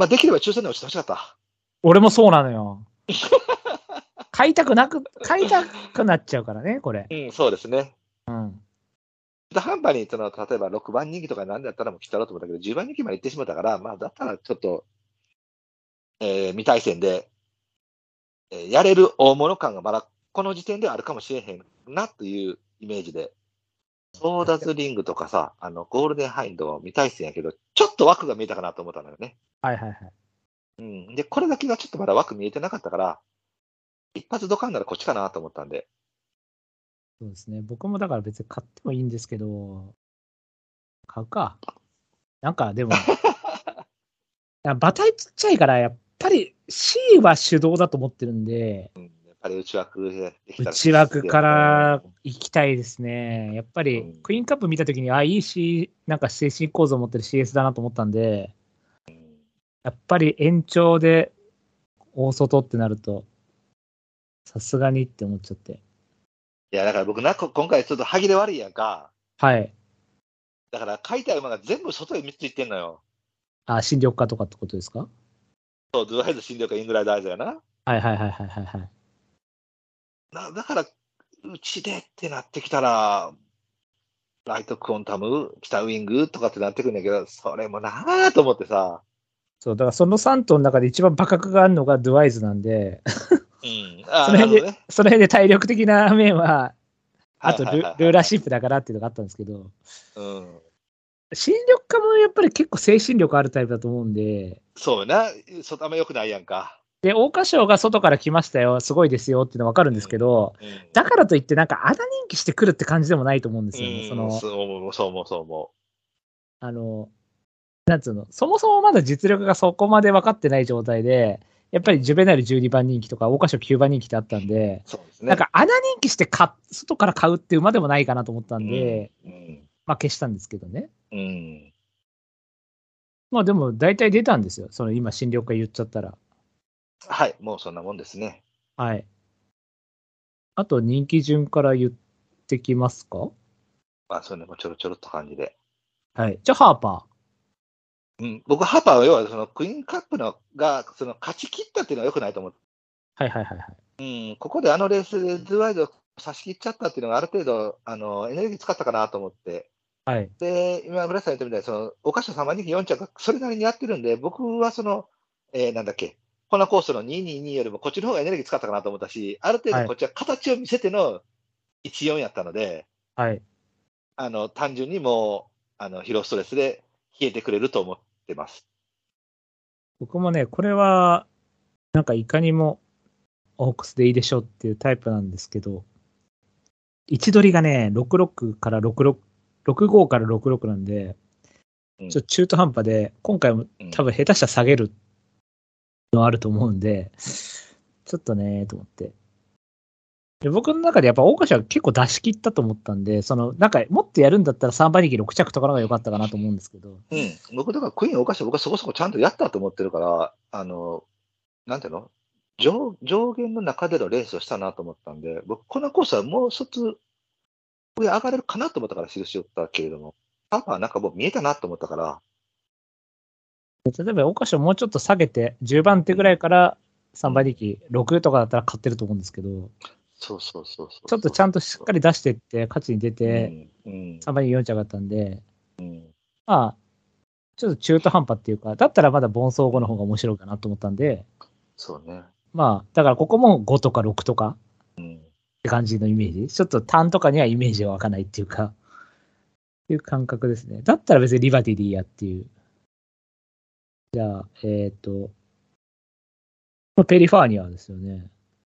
できれば抽選で落ちてほしかった。 俺もそうなのよ。買いたくなっちゃうからね、これ。 そうですね。 中途半端に、例えば6番人気とかなんだったらもう来たろうと思ったけど、10番人気まで行ってしまったから、だったらちょっと、未対戦で、やれる大物感がまだこの時点ではあるかもしれへんなというイメージで、ソーダズリングとかさ、ゴールデンハインドは未対戦やけど、ちょっと枠が見えたかなと思ったのよね。 はいはいはい。 で、これだけがちょっとまだ枠見えてなかったから、一発ドカンならこっちかなと思ったんで。 そうですね。僕もだから別に買ってもいいんですけど、買うか。なんかでも、馬体ちっちゃいから、やっぱり C は手動だと思ってるんで、 やっぱり内枠できたら内枠から行きたいですね。やっぱりうんクイーンカップ見たときに、いいし、なんか精神構造を持ってる CS だなと思ったんで、やっぱり延長で大外ってなると、さすがにって思っちゃって。 いや、だから僕今回ちょっと歯切れ悪いやんか。 はい。 だから買いたい馬が全部外へ3ついってんのよ。 新緑化とかってことですか？ そう、ドゥワイズ、新緑かイングライドアイズやな。 はいはいはいはいはいはい。 だから、うちでってなってきたら、ライトクオンタム、北ウィングとかってなってくるんだけど、それもなぁと思ってさ。 そう、だからその3頭の中で一番馬格があるのがドゥワイズなんで、 うん。 その辺で体力的な面は、あとルーラーシップだからっていうのがあったんですけど、 うん。 新緑化もやっぱり結構精神力あるタイプだと思うんで、 そうよな。あんま良くないやんか。 で、桜花賞が外から来ましたよ、すごいですよっていうのは分かるんですけど、だからといってなんか穴人気してくるって感じでもないと思うんですよね。 そう思う。 なんつうの、そもそもまだ実力がそこまで分かってない状態で、やっぱりジュベナイル12番人気とか、桜花賞9番人気ってあったんで、 そうですね。 なんか穴人気して外から買うっていう馬でもないかなと思ったんで、まあ消したんですけどね。まあでも大体出たんですよ。その今新緑化言っちゃったら。 はい、もうそんなもんですね。 はい。あと人気順から言ってきますか？ まあ、それもちょろちょろっと感じで。 はい。じゃあハーパー。僕、ハーパーは要はそのクイーンカップがその勝ち切ったっていうのは良くないと思って。 はいはいはいはい。 ここでレースでズワイド差し切っちゃったっていうのがある程度、エネルギー使ったかなと思って。 はい。 で、今、村さん言ったみたいに、お菓子3番人気4着がそれなりにやってるんで、僕はなんだっけ、コナコースの222よりもこっちの方がエネルギー使ったかなと思ったし、ある程度こっちは形を見せての14やったので、 はい。 単純にもう、疲労ストレスで消えてくれると思ってます。 僕もね、これは、なんかいかにもオークスでいいでしょうっていうタイプなんですけど、位置取りがね、66から66、65から66なんで、ちょっと中途半端で、今回も多分下手したら下げるのあると思うんで、ちょっとね、と思って。で僕の中でやっぱ桜花賞は結構出し切ったと思ったんで、なんかもっとやるんだったら3番人気6着とかの方が良かったかなと思うんですけど。 僕だからクイーン桜花賞僕はそこそこちゃんとやったと思ってるから、なんていうの上限の中でのレースをしたなと思ったんで、僕、このコースはもう一つ上上がれるかなと思ったから印を打ったけれども、ハーパーなんかもう見えたなと思ったから。 例えば桜花賞もうちょっと下げて、10番手ぐらいから3番人気6とかだったら買ってると思うんですけど、 そう。 ちょっとちゃんとしっかり出していって、勝ちに出て、3番人気4着だったんで、まあ、ちょっと中途半端っていうか、だったらまだ盆走後の方が面白いかなと思ったんで、 そうね。 まあ、だからここも5とか6とかって感じのイメージ。ちょっと単とかにはイメージが湧かないっていうか、っていう感覚ですね。だったら別にリバティでいいやっていう。じゃあ、ペリファーニアですよね。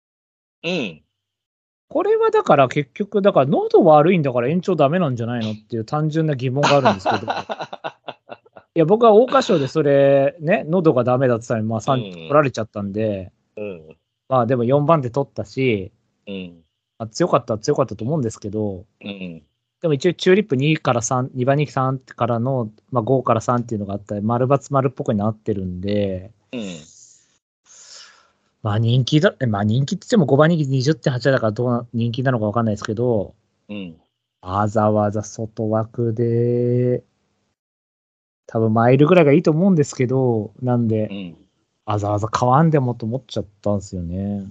これはだから結局、だから喉悪いんだから延長ダメなんじゃないのっていう単純な疑問があるんですけど。いや、僕は桜花賞でそれ、ね、喉がダメだって言ったら、まあ3取られちゃったんで、まあでも4番手取ったし、まあ、強かったと思うんですけど、でも一応チューリップ2から3、2番人気3からの、まあ、5から3っていうのがあったり、丸×丸っぽくなってるんで、まあ人気って言っても5番人気 20.8 だから人気なのか分かんないですけど、わざわざ外枠で、多分マイルぐらいがいいと思うんですけど、なんで、わざわざ買わんでもと思っちゃったんですよね。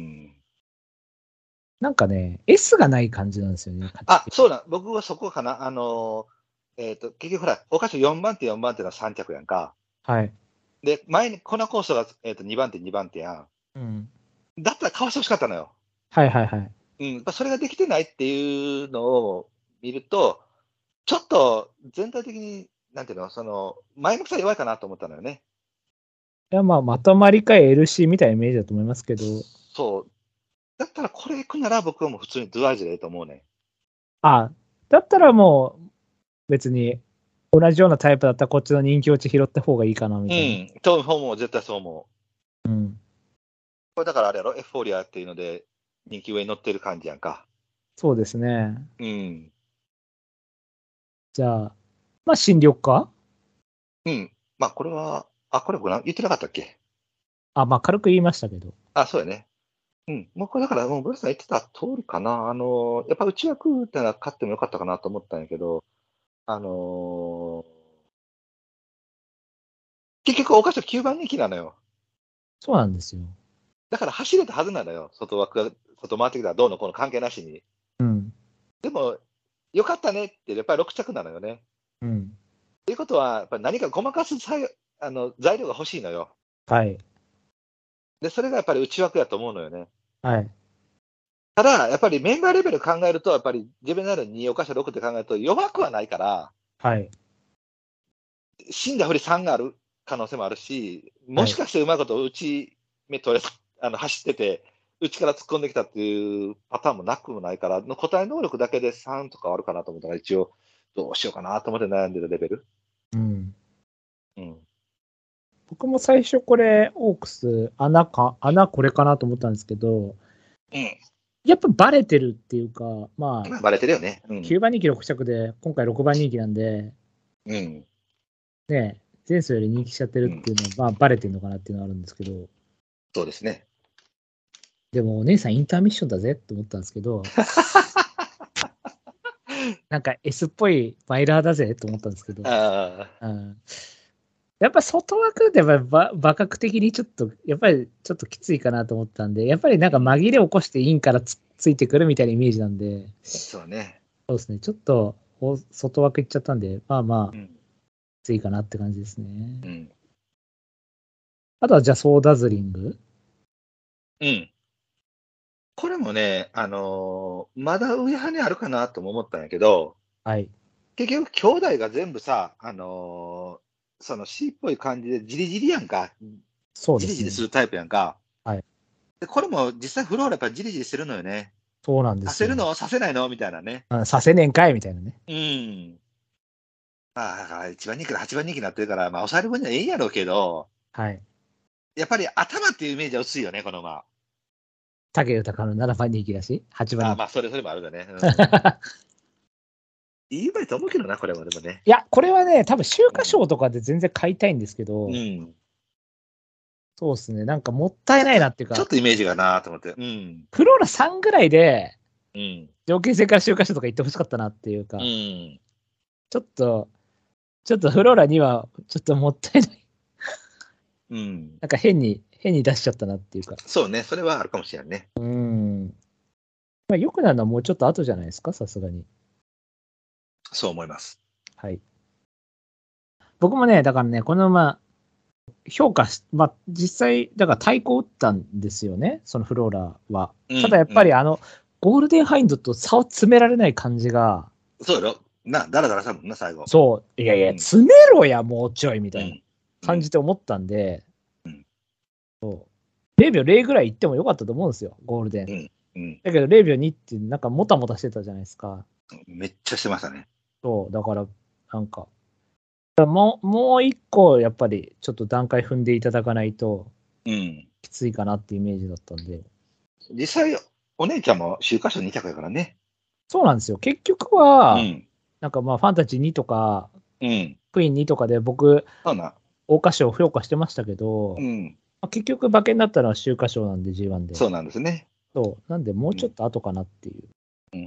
なんかね、S がない感じなんですよね。 そうだ。僕はそこかな。結局ほら、桜花賞4番手の3着やんか。 はい。 で、前にコナコースが、2番手やん。だったら買わせてほしかったのよ。 はい。 それができてないっていうのを見ると、ちょっと全体的に、なんていうの、前向きさ弱いかなと思ったのよね。 いや、まあ、まとまりか LC みたいなイメージだと思いますけど。 そう。だっったらこれ行くなら僕はもう普通にドゥアイズでいいと思うね。 あ、だったらもう別に同じようなタイプだったらこっちの人気落ち拾った方がいいかなみたいな。 と思う、絶対そう思う。 うん。 これだからあれやろ、エフフォーリアっていうので人気上に乗ってる感じやんか。 そうですね。 うん。 じゃあ、まあ新緑か。 まあこれは、これ僕言ってなかったっけ？ あ、まあ軽く言いましたけど。 そうやね。もうこれだから、もうブルースさん言ってた通りかな。やっぱ内枠ってのは勝ってもよかったかなと思ったんやけど、結局、大勝9番人気なのよ。 そうなんですよ。 だから走れたはずなのよ。外回ってきたらどうのこうの関係なしに。 うん。 でも、よかったねって、やっぱり6着なのよね。 うん。 ということは、やっぱり何かごまかす材料が欲しいのよ。 はい。 で、それがやっぱり内枠やと思うのよね。 はい。 ただ、やっぱりメンバーレベル考えると、やっぱりジェベナル2、おかし6って考えると弱くはないから、 はい。 死んだふり3がある可能性もあるし、もしかしてうまいこと内目取れ、走ってて、内から突っ込んできたっていうパターンもなくもないから、の個体能力だけで3とかあるかなと思ったら、一応、どうしようかなと思って悩んでるレベル。 うん。 うん。 僕も最初これ、オークス、穴これかなと思ったんですけど、やっぱバレてるっていうか、まあ、 バレてるよね。 9番人気6着で、今回6番人気なんで、ね、前走より人気しちゃってるっていうのは、まあ、バレてるのかなっていうのはあるんですけど、 そうですね。 でも、お姉さんインターミッションだぜって思ったんですけど、なんか S っぽいマイラーだぜと思ったんですけど、やっぱ外枠で馬角的にちょっと、やっぱりちょっときついかなと思ったんで、やっぱりなんか紛れ起こしてインからついてくるみたいなイメージなんで、 そうね。 そうですね、ちょっと外枠いっちゃったんで、まあまあ、きついかなって感じですね。あとはじゃあソーダズリング？ これもね、まだ上派にあるかなとも思ったんやけど、 はい。 結局兄弟が全部さ、その C っぽい感じでじりじりやんか。 そうですね。 じりじりするタイプやんか。 はい。 でこれも実際フローラやっぱりじりじりしてるのよね。 そうなんですよ。 させるのさせないのみたいなね。 させねえんかいみたいなね。 だから1番人気から8番人気になってるから、まあ抑える分にはええんやろうけど、 はい。 やっぱり頭っていうイメージは薄いよね、この馬。 武豊の7番人気だし、8番人気。 まあそれもあるんだね。いい馬と思うけどな、これはでもね。 いや、これはね、多分秋華賞とかで全然買いたいんですけど、そうですね、なんかもったいないなっていうか、 ちょっとイメージがなと思って。 フローラ3ぐらいで、条件戦から秋華賞とか行ってほしかったなっていうか、ちょっとフローラにはちょっともったいない。なんか変に出しちゃったなっていうか。 そうね、それはあるかもしれんね。 まあ、よくなるのはもうちょっと後じゃないですか、さすがに。 そう思います。 はい。僕もね、だからね、この馬、評価まあ、実際、だから対抗打ったんですよね、そのフローラは。ただやっぱりゴールデンハインドと差を詰められない感じが。 そうよ。だらだらしたもんな、最後。 そう。いやいや、詰めろや、もうちょい、みたいな感じで思ったんで、そう。0秒0ぐらいいってもよかったと思うんですよ、ゴールデン。だけど0秒2ってなんかもたもたしてたじゃないですか。 めっちゃしてましたね。 そう、だから、なんか、もう一個、やっぱり、ちょっと段階踏んでいただかないと、きついかなっていうイメージだったんで。 実際、お姉ちゃんも秋華賞2着やからね。 そうなんですよ。結局は、なんかまあ、ファンタジー2とか、クイーン2とかで僕、桜花賞を評価してましたけど、まあ、結局、馬券になったのは秋華賞なんで、G1 で。 そうなんですね。 そう。なんで、もうちょっと後かなっていう。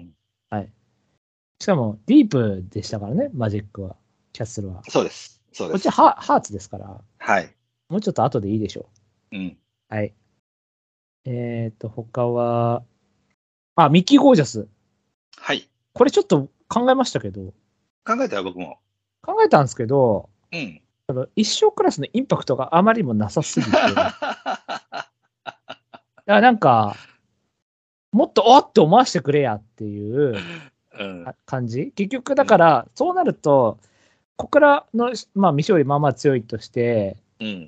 はい。しかも、ディープでしたからね、マジックは。キャッスルは。 そうです。そうです。 こっちハーツですから。 はい。 もうちょっと後でいいでしょう。はい。他は、ミッキー・ゴージャス。 はい。 これちょっと考えましたけど。 考えたよ、僕も。 考えたんですけど、一生クラスのインパクトがあまりにもなさすぎて。なんか、もっとおって思わせてくれやっていう感じ。結局、だから、そうなると、ここからの、まあ、未勝利まあまあ強いとして、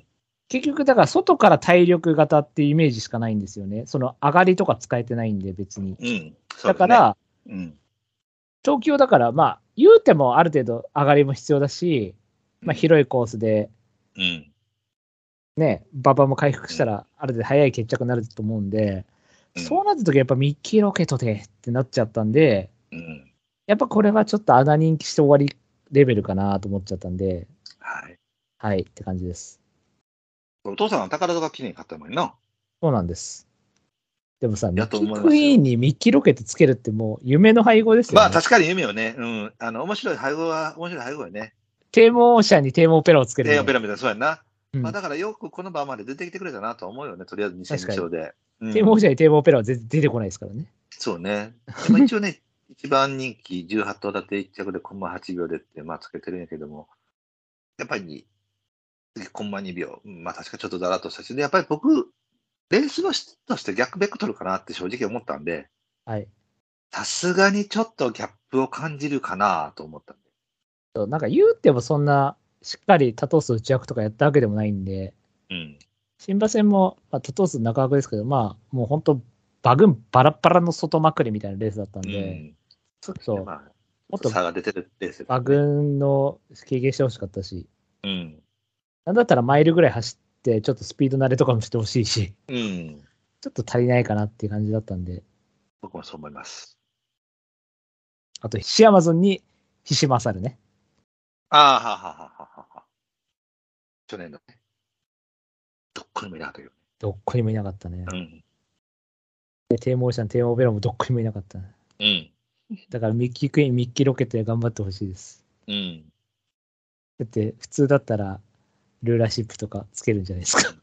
結局、だから外から体力型っていうイメージしかないんですよね。その上がりとか使えてないんで、別に。 うん。 だから、 うん。 東京だから、まあ、言うてもある程度上がりも必要だし、まあ、広いコースで、 うん。 ね、馬場も回復したら、ある程度早い決着になると思うんで、 うんそうなった時はやっぱミッキーロケットでってなっちゃったんで、 うん。 やっぱこれはちょっと穴人気して終わりレベルかなと思っちゃったんで、 はい。 はいって感じです。 お父さんは宝塚記念買ったもんな。 そうなんです。でもさ、ミッキやと思いますよークイーンにミッキーロケットつけるってもう夢の配合ですよね。 まあ確かに夢をね、うん。面白い配合は、面白い配合よね。 テーマオーシャンにテーマオペラをつけるペみたいな。 ラペラそうやんな。 うんまあだからよくこの場まで出てきてくれたなと思うよね。とりあえず2002勝で。うんテーマオーシャンにテーマオペラは全然出てこないですからね。 そうね。でも一応ね、一番人気18頭立て1着でコンマ8秒でって、まあつけてるんやけども、やっぱり次コンマ2秒。まあ確かちょっとだらっとしたし、で、やっぱり僕、レースの質として逆ベクトルかなって正直思ったんで、 はい。 さすがにちょっとギャップを感じるかなと思ったんで。 そうなんか言うてもそんな、しっかり多頭数内枠とかやったわけでもないんで、 うん。 新馬戦も、まあ、多頭数中枠ですけど、まあ、もう本当バラッバラの外まくりみたいなレースだったんで、そう、 まあ、 もっと差が出てるレース、ね。 馬群の経験してほしかったし、 うん。 なんだったらマイルぐらい走って、ちょっとスピード慣れとかもしてほしいし、 うん。 ちょっと足りないかなっていう感じだったんで、 僕もそう思います。 あと、シアマゾンにヒシマサルね。 ああ、ははははは。去年のね。どっこにもいなかったよ。 どっこにもいなかったね。 うん。 でテーマオーシャン、テーマオペラもどっこにもいなかったね。 うん。 だからミッキークイーン、ミッキーロケットで頑張ってほしいです。 うん。 だって、普通だったら、ルーラーシップとかつけるんじゃないですか。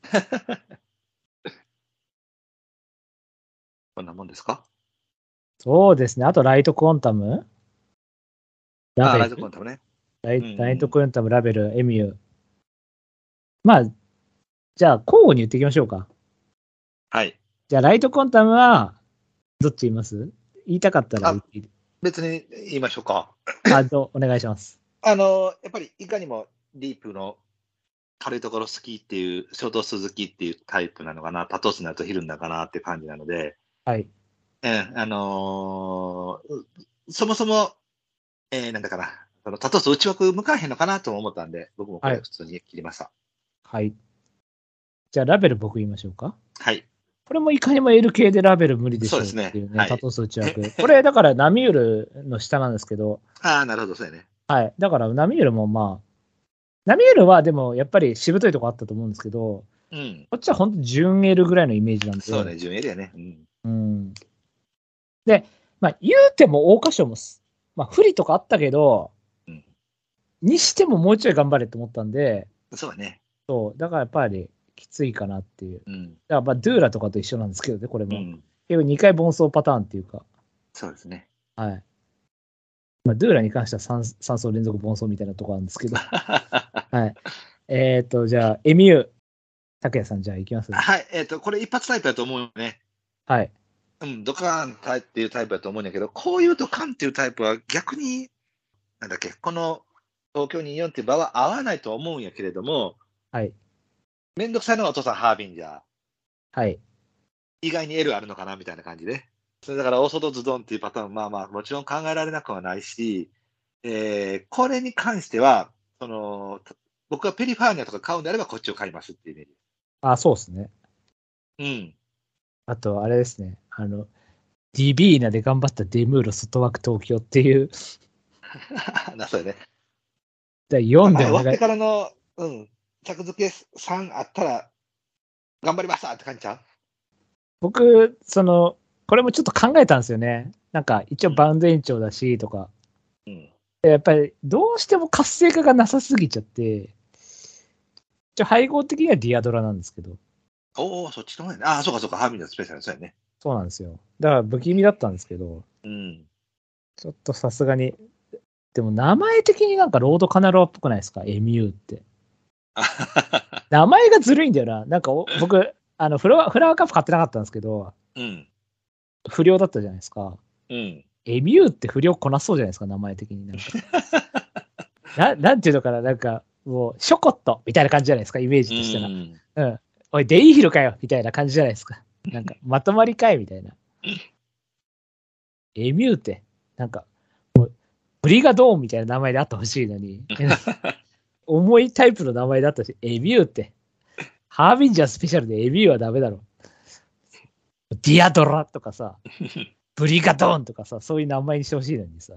こんなもんですか？ そうですね。あと、ライトコンタムああ、ララベルイトコンタムね。 ライうんライトコンタム、ラベル、エミュー。まあ、じゃあ、交互に言っていきましょうか。 はい。 じゃあ、ライトコンタムは、どっち言います言いたかったら言っていい別に言いましょうか。 お願いします。 やっぱりいかにもディープの軽いところ好きっていう、ショートス好きっていうタイプなのかな、パトスになるとヒルンだかなって感じなので、 はい。 そもそも、なんだかな、そのタトス内枠向かへんのかなとも思ったんで、僕もこれ普通に切りました。 はい。じゃあ、ラベル僕言いましょうか。 はい。 これもいかにも L 系でラベル無理でしょうってそうですいうね、 ねはいタトス内枠。これ、だから、ナミュールの下なんですけど、 ああ、なるほど、そうやね。 はい。だから、ナミュールもまあ、ナミュールはでも、やっぱりしぶといとこあったと思うんですけど、 うん。 こっちは本当準 L ぐらいのイメージなんで。 そうね、順エリアね。うん。 うん。で、まあ、言うても桜花賞もまあ、不利とかあったけど、 うんにしてももうちょい頑張れと思ったんで、 そうだね。 そう、だからやっぱりきついかなっていう。 うん。 だからまあ、ドゥーラとかと一緒なんですけどね、これも。 うん。 結構2回盆走パターンっていうか、 そうですね。 はい。まあ、ドゥーラに関しては 3走連続盆走みたいなところなんですけど。はい。じゃあ、エミュー。拓也さん、じゃあ行きますはい。これ一発タイプだと思うよね。 はい。 うん、ドカーンタイプっていうタイプだと思うんだけど、こういうドカンっていうタイプは逆に、なんだっけ、この東京24っていう場は合わないと思うんやけれども、 はい。 めんどくさいのがお父さんハービンジャー。 はい。 意外に L あるのかなみたいな感じで。それだからオーソドズドンっていうパターンまあまあもちろん考えられなくはないし、これに関しては、僕がペリファーニャとか買うんであればこっちを買いますっていうイメージ。 あ、そうですね。 うん。 あと、あれですね。ディビーナで頑張ったデムーロ外枠東京っていう、 そうやね。 第4でお願い。 終わってからの、着付け3あったら、頑張りましたって感じちゃう？ 僕、これもちょっと考えたんですよね。なんか、一応バウンド延長だし、とか。 うん。 やっぱり、どうしても活性化がなさすぎちゃって、配合的にはディアドラなんですけど。 おお、そっちの方やね。ああ、そうかそうか、ハービンジャースペシャル、そうやね。 そうなんですよ。だから不気味だったんですけど、 うん。 ちょっとさすがに、でも名前的になんかロードカナロアっぽくないですか？エミューって。名前がずるいんだよな。なんか僕、フラワーカップ買ってなかったんですけど、 うん。 不良だったじゃないですか。 うん。 エミューって不良こなそうじゃないですか、名前的に。なんかなんていうのかな、なんか、 もう、ショコットみたいな感じじゃないですか、イメージとしては。 うんおい、デイヒルかよみたいな感じじゃないですか。なんか、まとまりかいみたいな。エミューって、なんか、もうブリガドーンみたいな名前であってほしいのに、重いタイプの名前だったし、エミューって。ハービンジャースペシャルでエミューはダメだろ。ディアドラとかさ、ブリガドーンとかさ、そういう名前にしてほしいのにさ。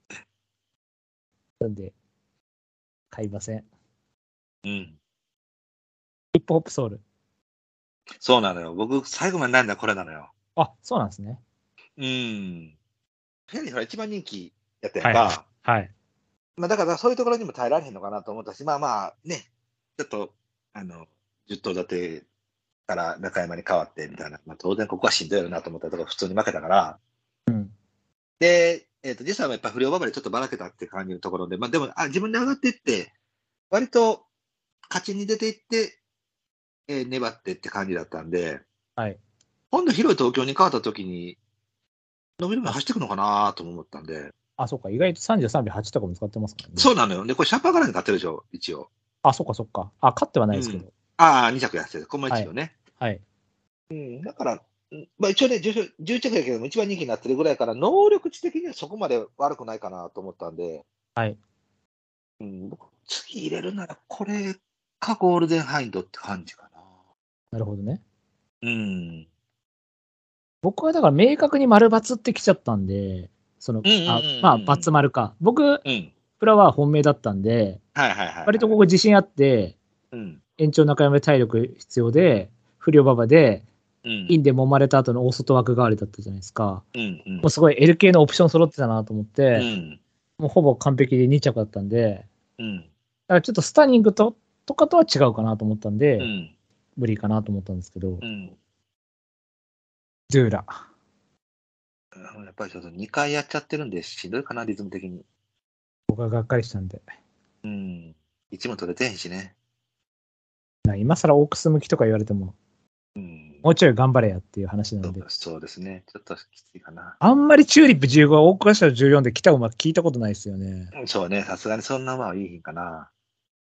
なんで、買いません。 うん。 ヒップホップソウル。 そうなのよ。僕、最後まで悩んだこれなのよ。 あ、そうなんですね。 フェアリーほら一番人気やったやんか。 はい。はい。 まあだからそういうところにも耐えられへんのかなと思ったし、まあまあね、ちょっと、10頭立てから中山に変わってみたいな、まあ当然ここはしんどいよなと思ったところ普通に負けたから、 うん。 で、実際はやっぱ不良馬場でちょっとばらけたって感じのところで、まあでも、自分で上がっていって、割と勝ちに出ていって、粘ってって感じだったんで、 はい。 今度広い東京に変わった時に、伸び伸び走っていくのかなとも思ったんで、 あ、そうか。意外と33秒8とかも使ってますからね。 そうなのよ。で、これシャンパンガラに勝ってるでしょ、一応。 あ、そっかそっか。あ、勝ってはないですけど。 ああ、2着やってる。この1秒ね。 はい。 だから、まあ一応ね、10着やけども一番人気になってるぐらいから、能力値的にはそこまで悪くないかなと思ったんで、 はい。 僕次入れるならこれかゴールデンハインドって感じかな。 なるほどね。 うん。 僕はだから明確に丸×ってきちゃったんで、まあ、×丸か。僕、 うん。 フラワー本命だったんで、 はいはいはい。 割とここ自信あって、 うん。 延長中山で体力必要で、不良馬場で、 うん。 インで揉まれた後の大外枠代わりだったじゃないですか。 うん。うんもうすごい L 系のオプション揃ってたなと思って、 うん。 もうほぼ完璧で2着だったんで、 うん。 だからちょっとスタニングとかとは違うかなと思ったんで、 うん。 無理かなと思ったんですけど、 うん。 ドゥーラ。 やっぱりちょっと2回やっちゃってるんで、しんどいかな、リズム的に。 僕はがっかりしたんで。 うん。1も取れてへんしね。 今更オークス向きとか言われても、 うん。 もうちょい頑張れやっていう話なので。 そうですね。ちょっときついかな。 あんまりチューリップ15はオークラッシャー14で来た馬聞いたことないですよね。 そうね。さすがにそんな馬はいいひんかな。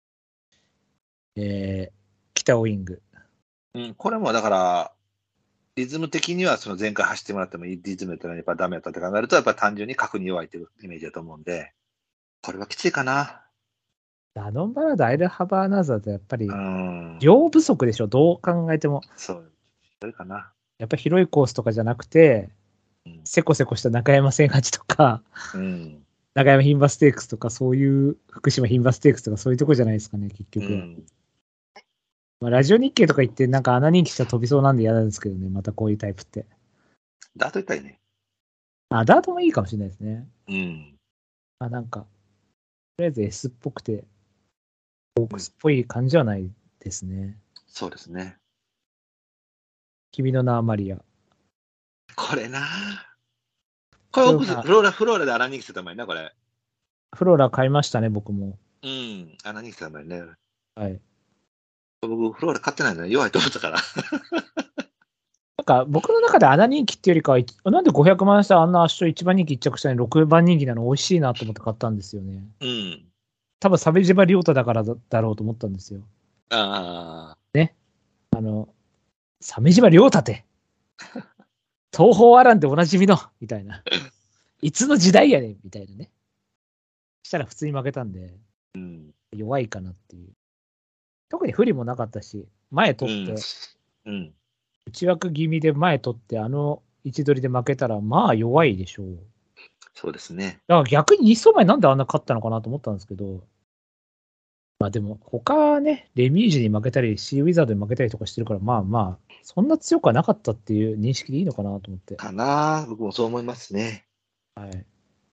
北ウィング。 これもだから、リズム的にはその前回走ってもらってもいいリズムだったらやっぱダメだったって考えると、やっぱ単純に角に弱いというイメージだと思うんで、これはきついかな。 ダノンバラード、アイルハバーナーザーとやっぱり、 うん。 量不足でしょ、どう考えても。 そう。それかな。 やっぱり広いコースとかじゃなくて、せこせこした中山戦8とか、 うん。 中山牝馬ステークスとか、そういう福島牝馬ステークスとか、そういうとこじゃないですかね、結局。まあ、ラジオ日経とか行って、なんか穴人気したら飛びそうなんで嫌なんですけどね、またこういうタイプって。 ダート行ったりね。 あ、ダートもいいかもしれないですね。 うん。 なんか、とりあえず S っぽくて、オークスっぽい感じはないですね。 そうですね。 君の名はマリア。 これなこれオークス、フローラで穴人気してた前な、これ。 フローラ買いましたね、僕も。 穴人気してた前ね。 はい。 僕、フローラ買ってないのね。弱いと思ったから。 なんか、僕の中で穴人気っていうよりかは、なんで500万したあんな圧勝1番人気1着したのに6番人気なの美味しいなと思って買ったんですよね。多分、鮫島亮太だからだろうと思ったんですよ。ね。鮫島亮太って。東方アランでおなじみの、みたいな。いつの時代やねん、みたいなね。したら普通に負けたんで、弱いかなっていう。特に不利もなかったし、前取って、内枠気味で前取って、位置取りで負けたら、まあ弱いでしょう。 そうですね。 だから逆に2走前なんであんな勝ったのかなと思ったんですけど、まあでも、他ね、レミュージに負けたり、シーウィザードに負けたりとかしてるから、まあまあ、そんな強くはなかったっていう認識でいいのかなと思って。 かな僕もそう思いますね。 はい。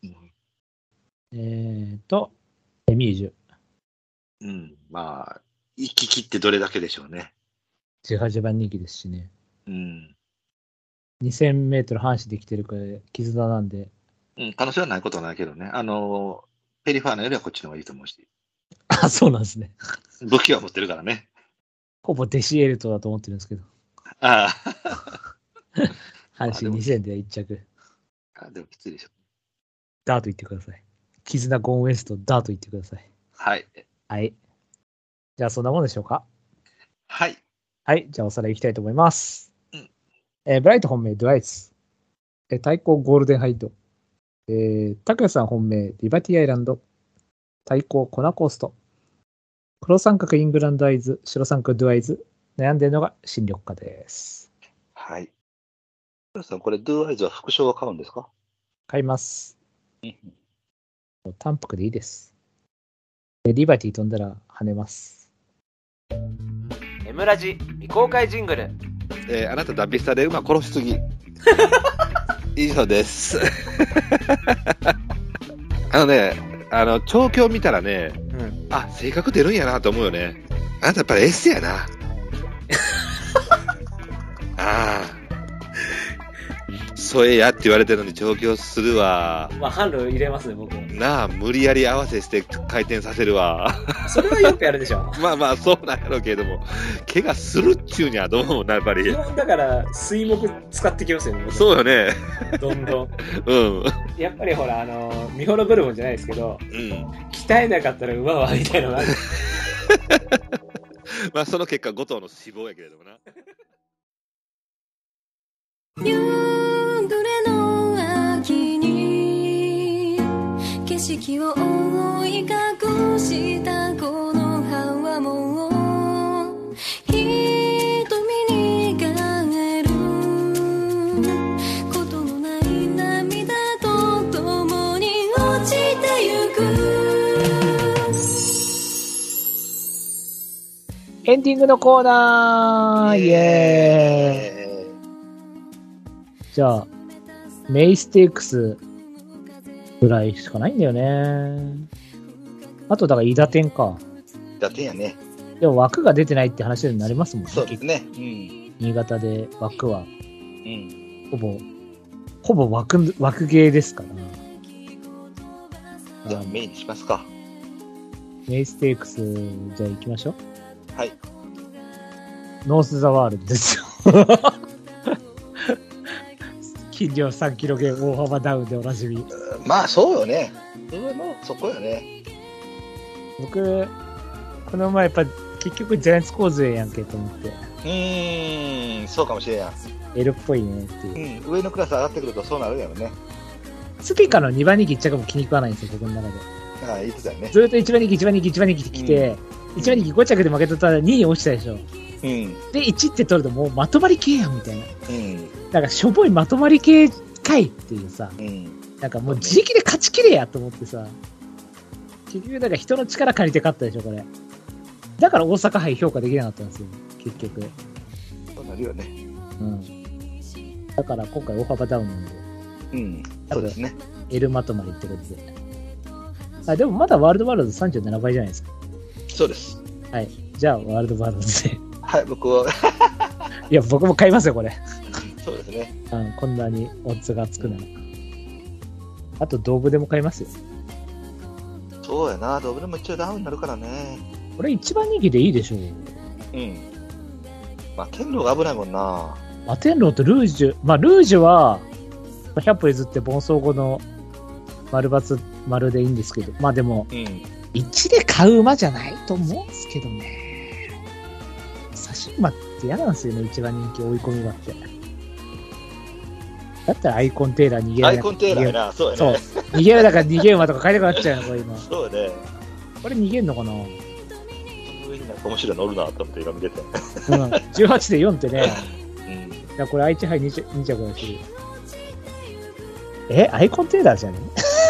レミュージュ。 まあ、行き切ってどれだけでしょうね。 18番人気ですしね。2000メートル半紙できてるから、絆なんで。 可能性はないことはないけどね。ペリファーナよりはこっちの方がいいと思うし。 あ、そうなんですね。 武器は持ってるからね。 ほぼデシエルトだと思ってるんですけど。 ああ。 阪神2000で1着。 でもきついでしょ。 ダート行ってください。絆ゴーンウエスト、ダート行ってください。 はい。 はい。 じゃあそんなもんでしょうか。 はい。 はい。じゃあおさらいいきたいと思います。 うんブライト本命、ドライス。対抗ゴールデンハイド。タクヤさん本命、リバティアイランド。対抗コナコースト。黒三角イングランドアイズ、白三角ドゥアイズ。悩んでるのが新緑化です。 はい。皆さん、これ、ドゥアイズは副賞は買うんですか？ 買います。単服でいいです。リバティ飛んだら跳ねます。 エムラジ未公開ジングル。 あなたダビスタで馬殺しすぎ。以上です。調教見たらね、あ、性格出るんやなと思うよね。あなたやっぱりエッセやな。ああ。そえやって言われてるのに調教するわ。 まあ、販路入れますね、僕。 なあ、無理やり合わせして回転させるわ。 それはよくやるでしょ。 まあまあ、そうなんやろうけれども、怪我するっちゅうにはどうもな、やっぱり。 基本だから、水木使ってきますよね、僕。 そうよね。 どんどん。 うん。 やっぱりほら、ミホロブルモンじゃないですけど、 うん。 鍛えなかったら馬は、みたいなのがある。 まあ、その結果、5頭の死亡やけれどもな。 夕暮れの秋に景色を覆い隠したこの葉はもう瞳に変えることのない涙と共に落ちてゆく。 エンディングのコーナーイエーイ。じゃあ、メイステークスぐらいしかないんだよね。あと、だから、伊達天か。 伊達天やね。 でも枠が出てないって話になりますもんね。 そうですね。うん。 新潟で枠は、 うん。 ほぼ枠ゲーですから。 じゃあ、メインにしますか。 メイステークス、じゃあ行きましょう。 はい。 ノースザワールドですよ。金量3キロゲーム大幅ダウンでおなじみ。 まあ、そうよね。そこよね。 僕、この前やっぱ結局ジャイアンツ構図やんけと思って。 そうかもしれんやん。 L っぽいねっていう。 上のクラス上がってくるとそうなるやろね。 スピカの2番人気1着も気に食わないんですよ、僕の中で。 ああ、言ってたよね。 ずっと1番人気、1番人気、1番人気って来て、1番人気5着で負けとったら2位に落ちたでしょ。 うん。 で、1って取るともうまとまり系やんみたいな。 うん。 なんかしょぼいまとまり系かいっていうさ。 うん。 なんかもう自力で勝ちきれやと思ってさ。結局なんか人の力借りて勝ったでしょ、これ。だから大阪杯評価できなかったんですよ、結局。 そうなるよね。 うん。だから今回大幅ダウンなんで。 うん。そうですね。 L まとまりってことで。あ、でもまだワールドワールド37倍じゃないですか。 そうです。 はい。じゃあワールドワールドで。 はい、僕は。 いや、僕も買いますよ、これ。 そうですね。 こんなにオッズがつくなら。あと、ドーブでも買いますよ。 そうやな、ドブでも一応ダウンになるからね。 これ一番人気でいいでしょう。 うん。まあ、天狼が危ないもんな。 アテンローとルージュ。まあ、ルージュは、100歩譲って盆走後の丸×丸でいいんですけど、まあでも、 うん。 1で買う馬じゃないと思うんですけどね。差し馬って嫌なんですよね、一番人気追い込み馬って。だったらアイコンテーラー逃げる。 アイコンテーラーやな、そうやね。 そう。逃げるだから逃げ馬とか買いたくなっちゃうの、こういうの。 そうやね。 これ逃げんのかな？ 上になんか面白いの乗るなと思って今見てて。 うん。18で4ってね。 うん。 いや、これ愛知杯2着だし。アイコンテーラーじゃね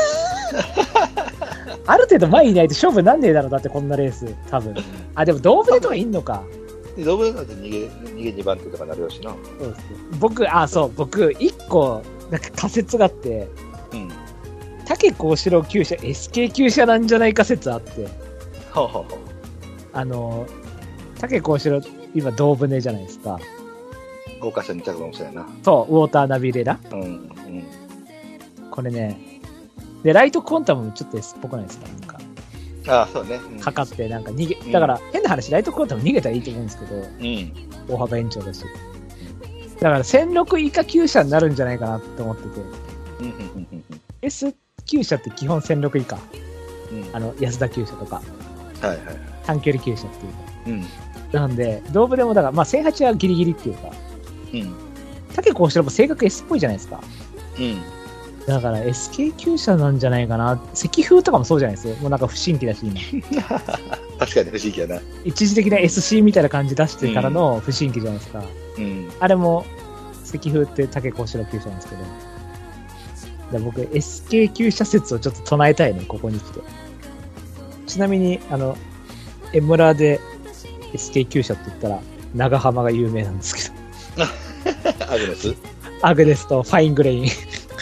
ある程度前にいないと勝負なんねえだろ、だってこんなレース。多分。あ、でもドーブレとかいんのか。 ドブでなんて逃げ2番手とかなるよしな。 そうですね。僕、1個、なんか仮説があって、 うん。 竹幸四郎厩舎、SK 厩舎なんじゃないか説あって、 ほうほうほう。 竹幸四郎、今、同船じゃないですか。 豪華車2着かもしれないな。 そう、ウォーターナビレラ。 うん。うん。 これね。で、ライトコンタムもちょっと S っぽくないですか？なんか、 ああ、そうね。うん、 かかって、なんか逃げ、だから変な話、ライトコンタム逃げたらいいと思うんですけど、 うん。 大幅延長だし。だから1006以下厩舎になるんじゃないかなって思ってて。 うん。うん。うん。 S 厩舎って基本1006以下。 うん。 安田厩舎とか。 はいはい。 短距離級者っていうか。 うん。 なんで、ドームでもだから、まあ、1008はギリギリっていうか、 うん。 竹こうしても性格 S っぽいじゃないですか。 うん。 だから SK 級者なんじゃないかな。赤風とかもそうじゃないですよ。もうなんか不新規だし、今。 確かに不思議やな。 一時的な SC みたいな感じ出してからの不新規じゃないですか。 うん。 あれも、赤風って竹こうしろ級者なんですけど。で僕、SK 級者説をちょっと唱えたいね、ここに来て。ちなみに、エムラで SK 級者って言ったら、長浜が有名なんですけど。 アグネスアグネスとファイングレイン。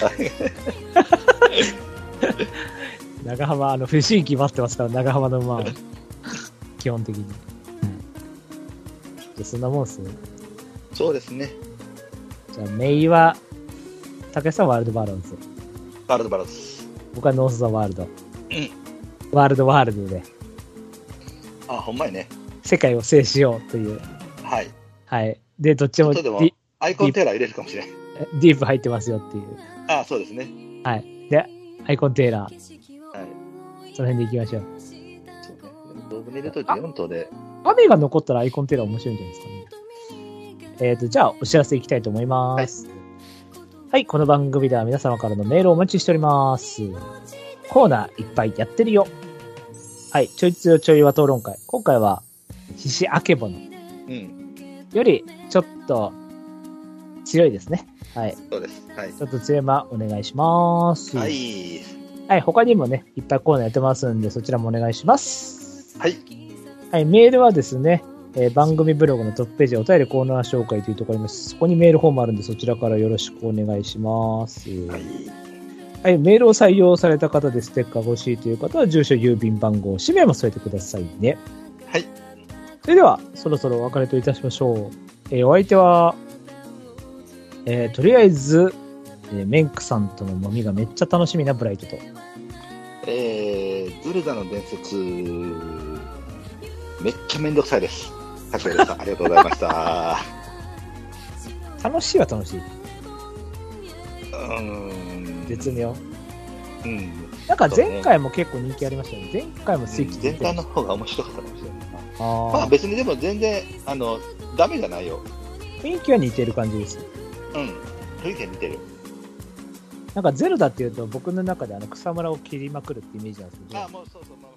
長浜、不新規待ってますから、長浜の馬は。基本的に。じゃあそんなもんっすね。 そうですね。 じゃあ、メイは、竹さんワールドバロンズ。 ワールドバランス。 僕はノースザワールド。ワールドワールドで、 あ、ほんまやね。 世界を制しようという。 はい。 はい。で、どっちもちょっとでもアイコンテーラー入れるかもしれん。 ディープ入ってますよっていう。 あ、そうですね。 はい。で、アイコンテーラー、 はい。 その辺で行きましょう。 そうね。ドームに入れといて4頭で。 雨が残ったらアイコンテーラー面白いんじゃないですかね。じゃあ、お知らせいきたいと思います。はい、この番組では皆様からのメールをお待ちしております。コーナーいっぱいやってるよ。はい、ちょいつよちょいは討論会。今回は、獅子あけぼのうん。 よりちょっと強いですね。はい。 そうです。はい。 ちょっと強い馬お願いします。 は。い。 はい、他にもね、いっぱいコーナーやってますんで、そちらもお願いします。 はい。 はい、メールはですね、番組ブログのトップページお便りコーナー紹介というところにあります。そこにメールフォームあるんで、そちらからよろしくお願いします。 はい。 はい、メールを採用された方でステッカーが欲しいという方は、住所、郵便番号、氏名も添えてくださいね。 はい。 それでは、そろそろお別れといたしましょう。お相手は、とりあえず、メンクさんとの飲みがめっちゃ楽しみなブライトと。 ズルダの伝説、めっちゃめんどくさいです。桜井さん、ありがとうございました。 楽しいは楽しい。絶妙。 妙。 うん。 なんか前回も結構人気ありましたよね。前回もスイッチ前回の方が面白かったかもしれないな。 あまあ別にでも全然、ダメじゃないよ。 雰囲気は似てる感じです。 うん。雰囲気は似てる。 なんかゼルダっていうと僕の中で草むらを切りまくるってイメージなんですけど。 もうそうそう、まあ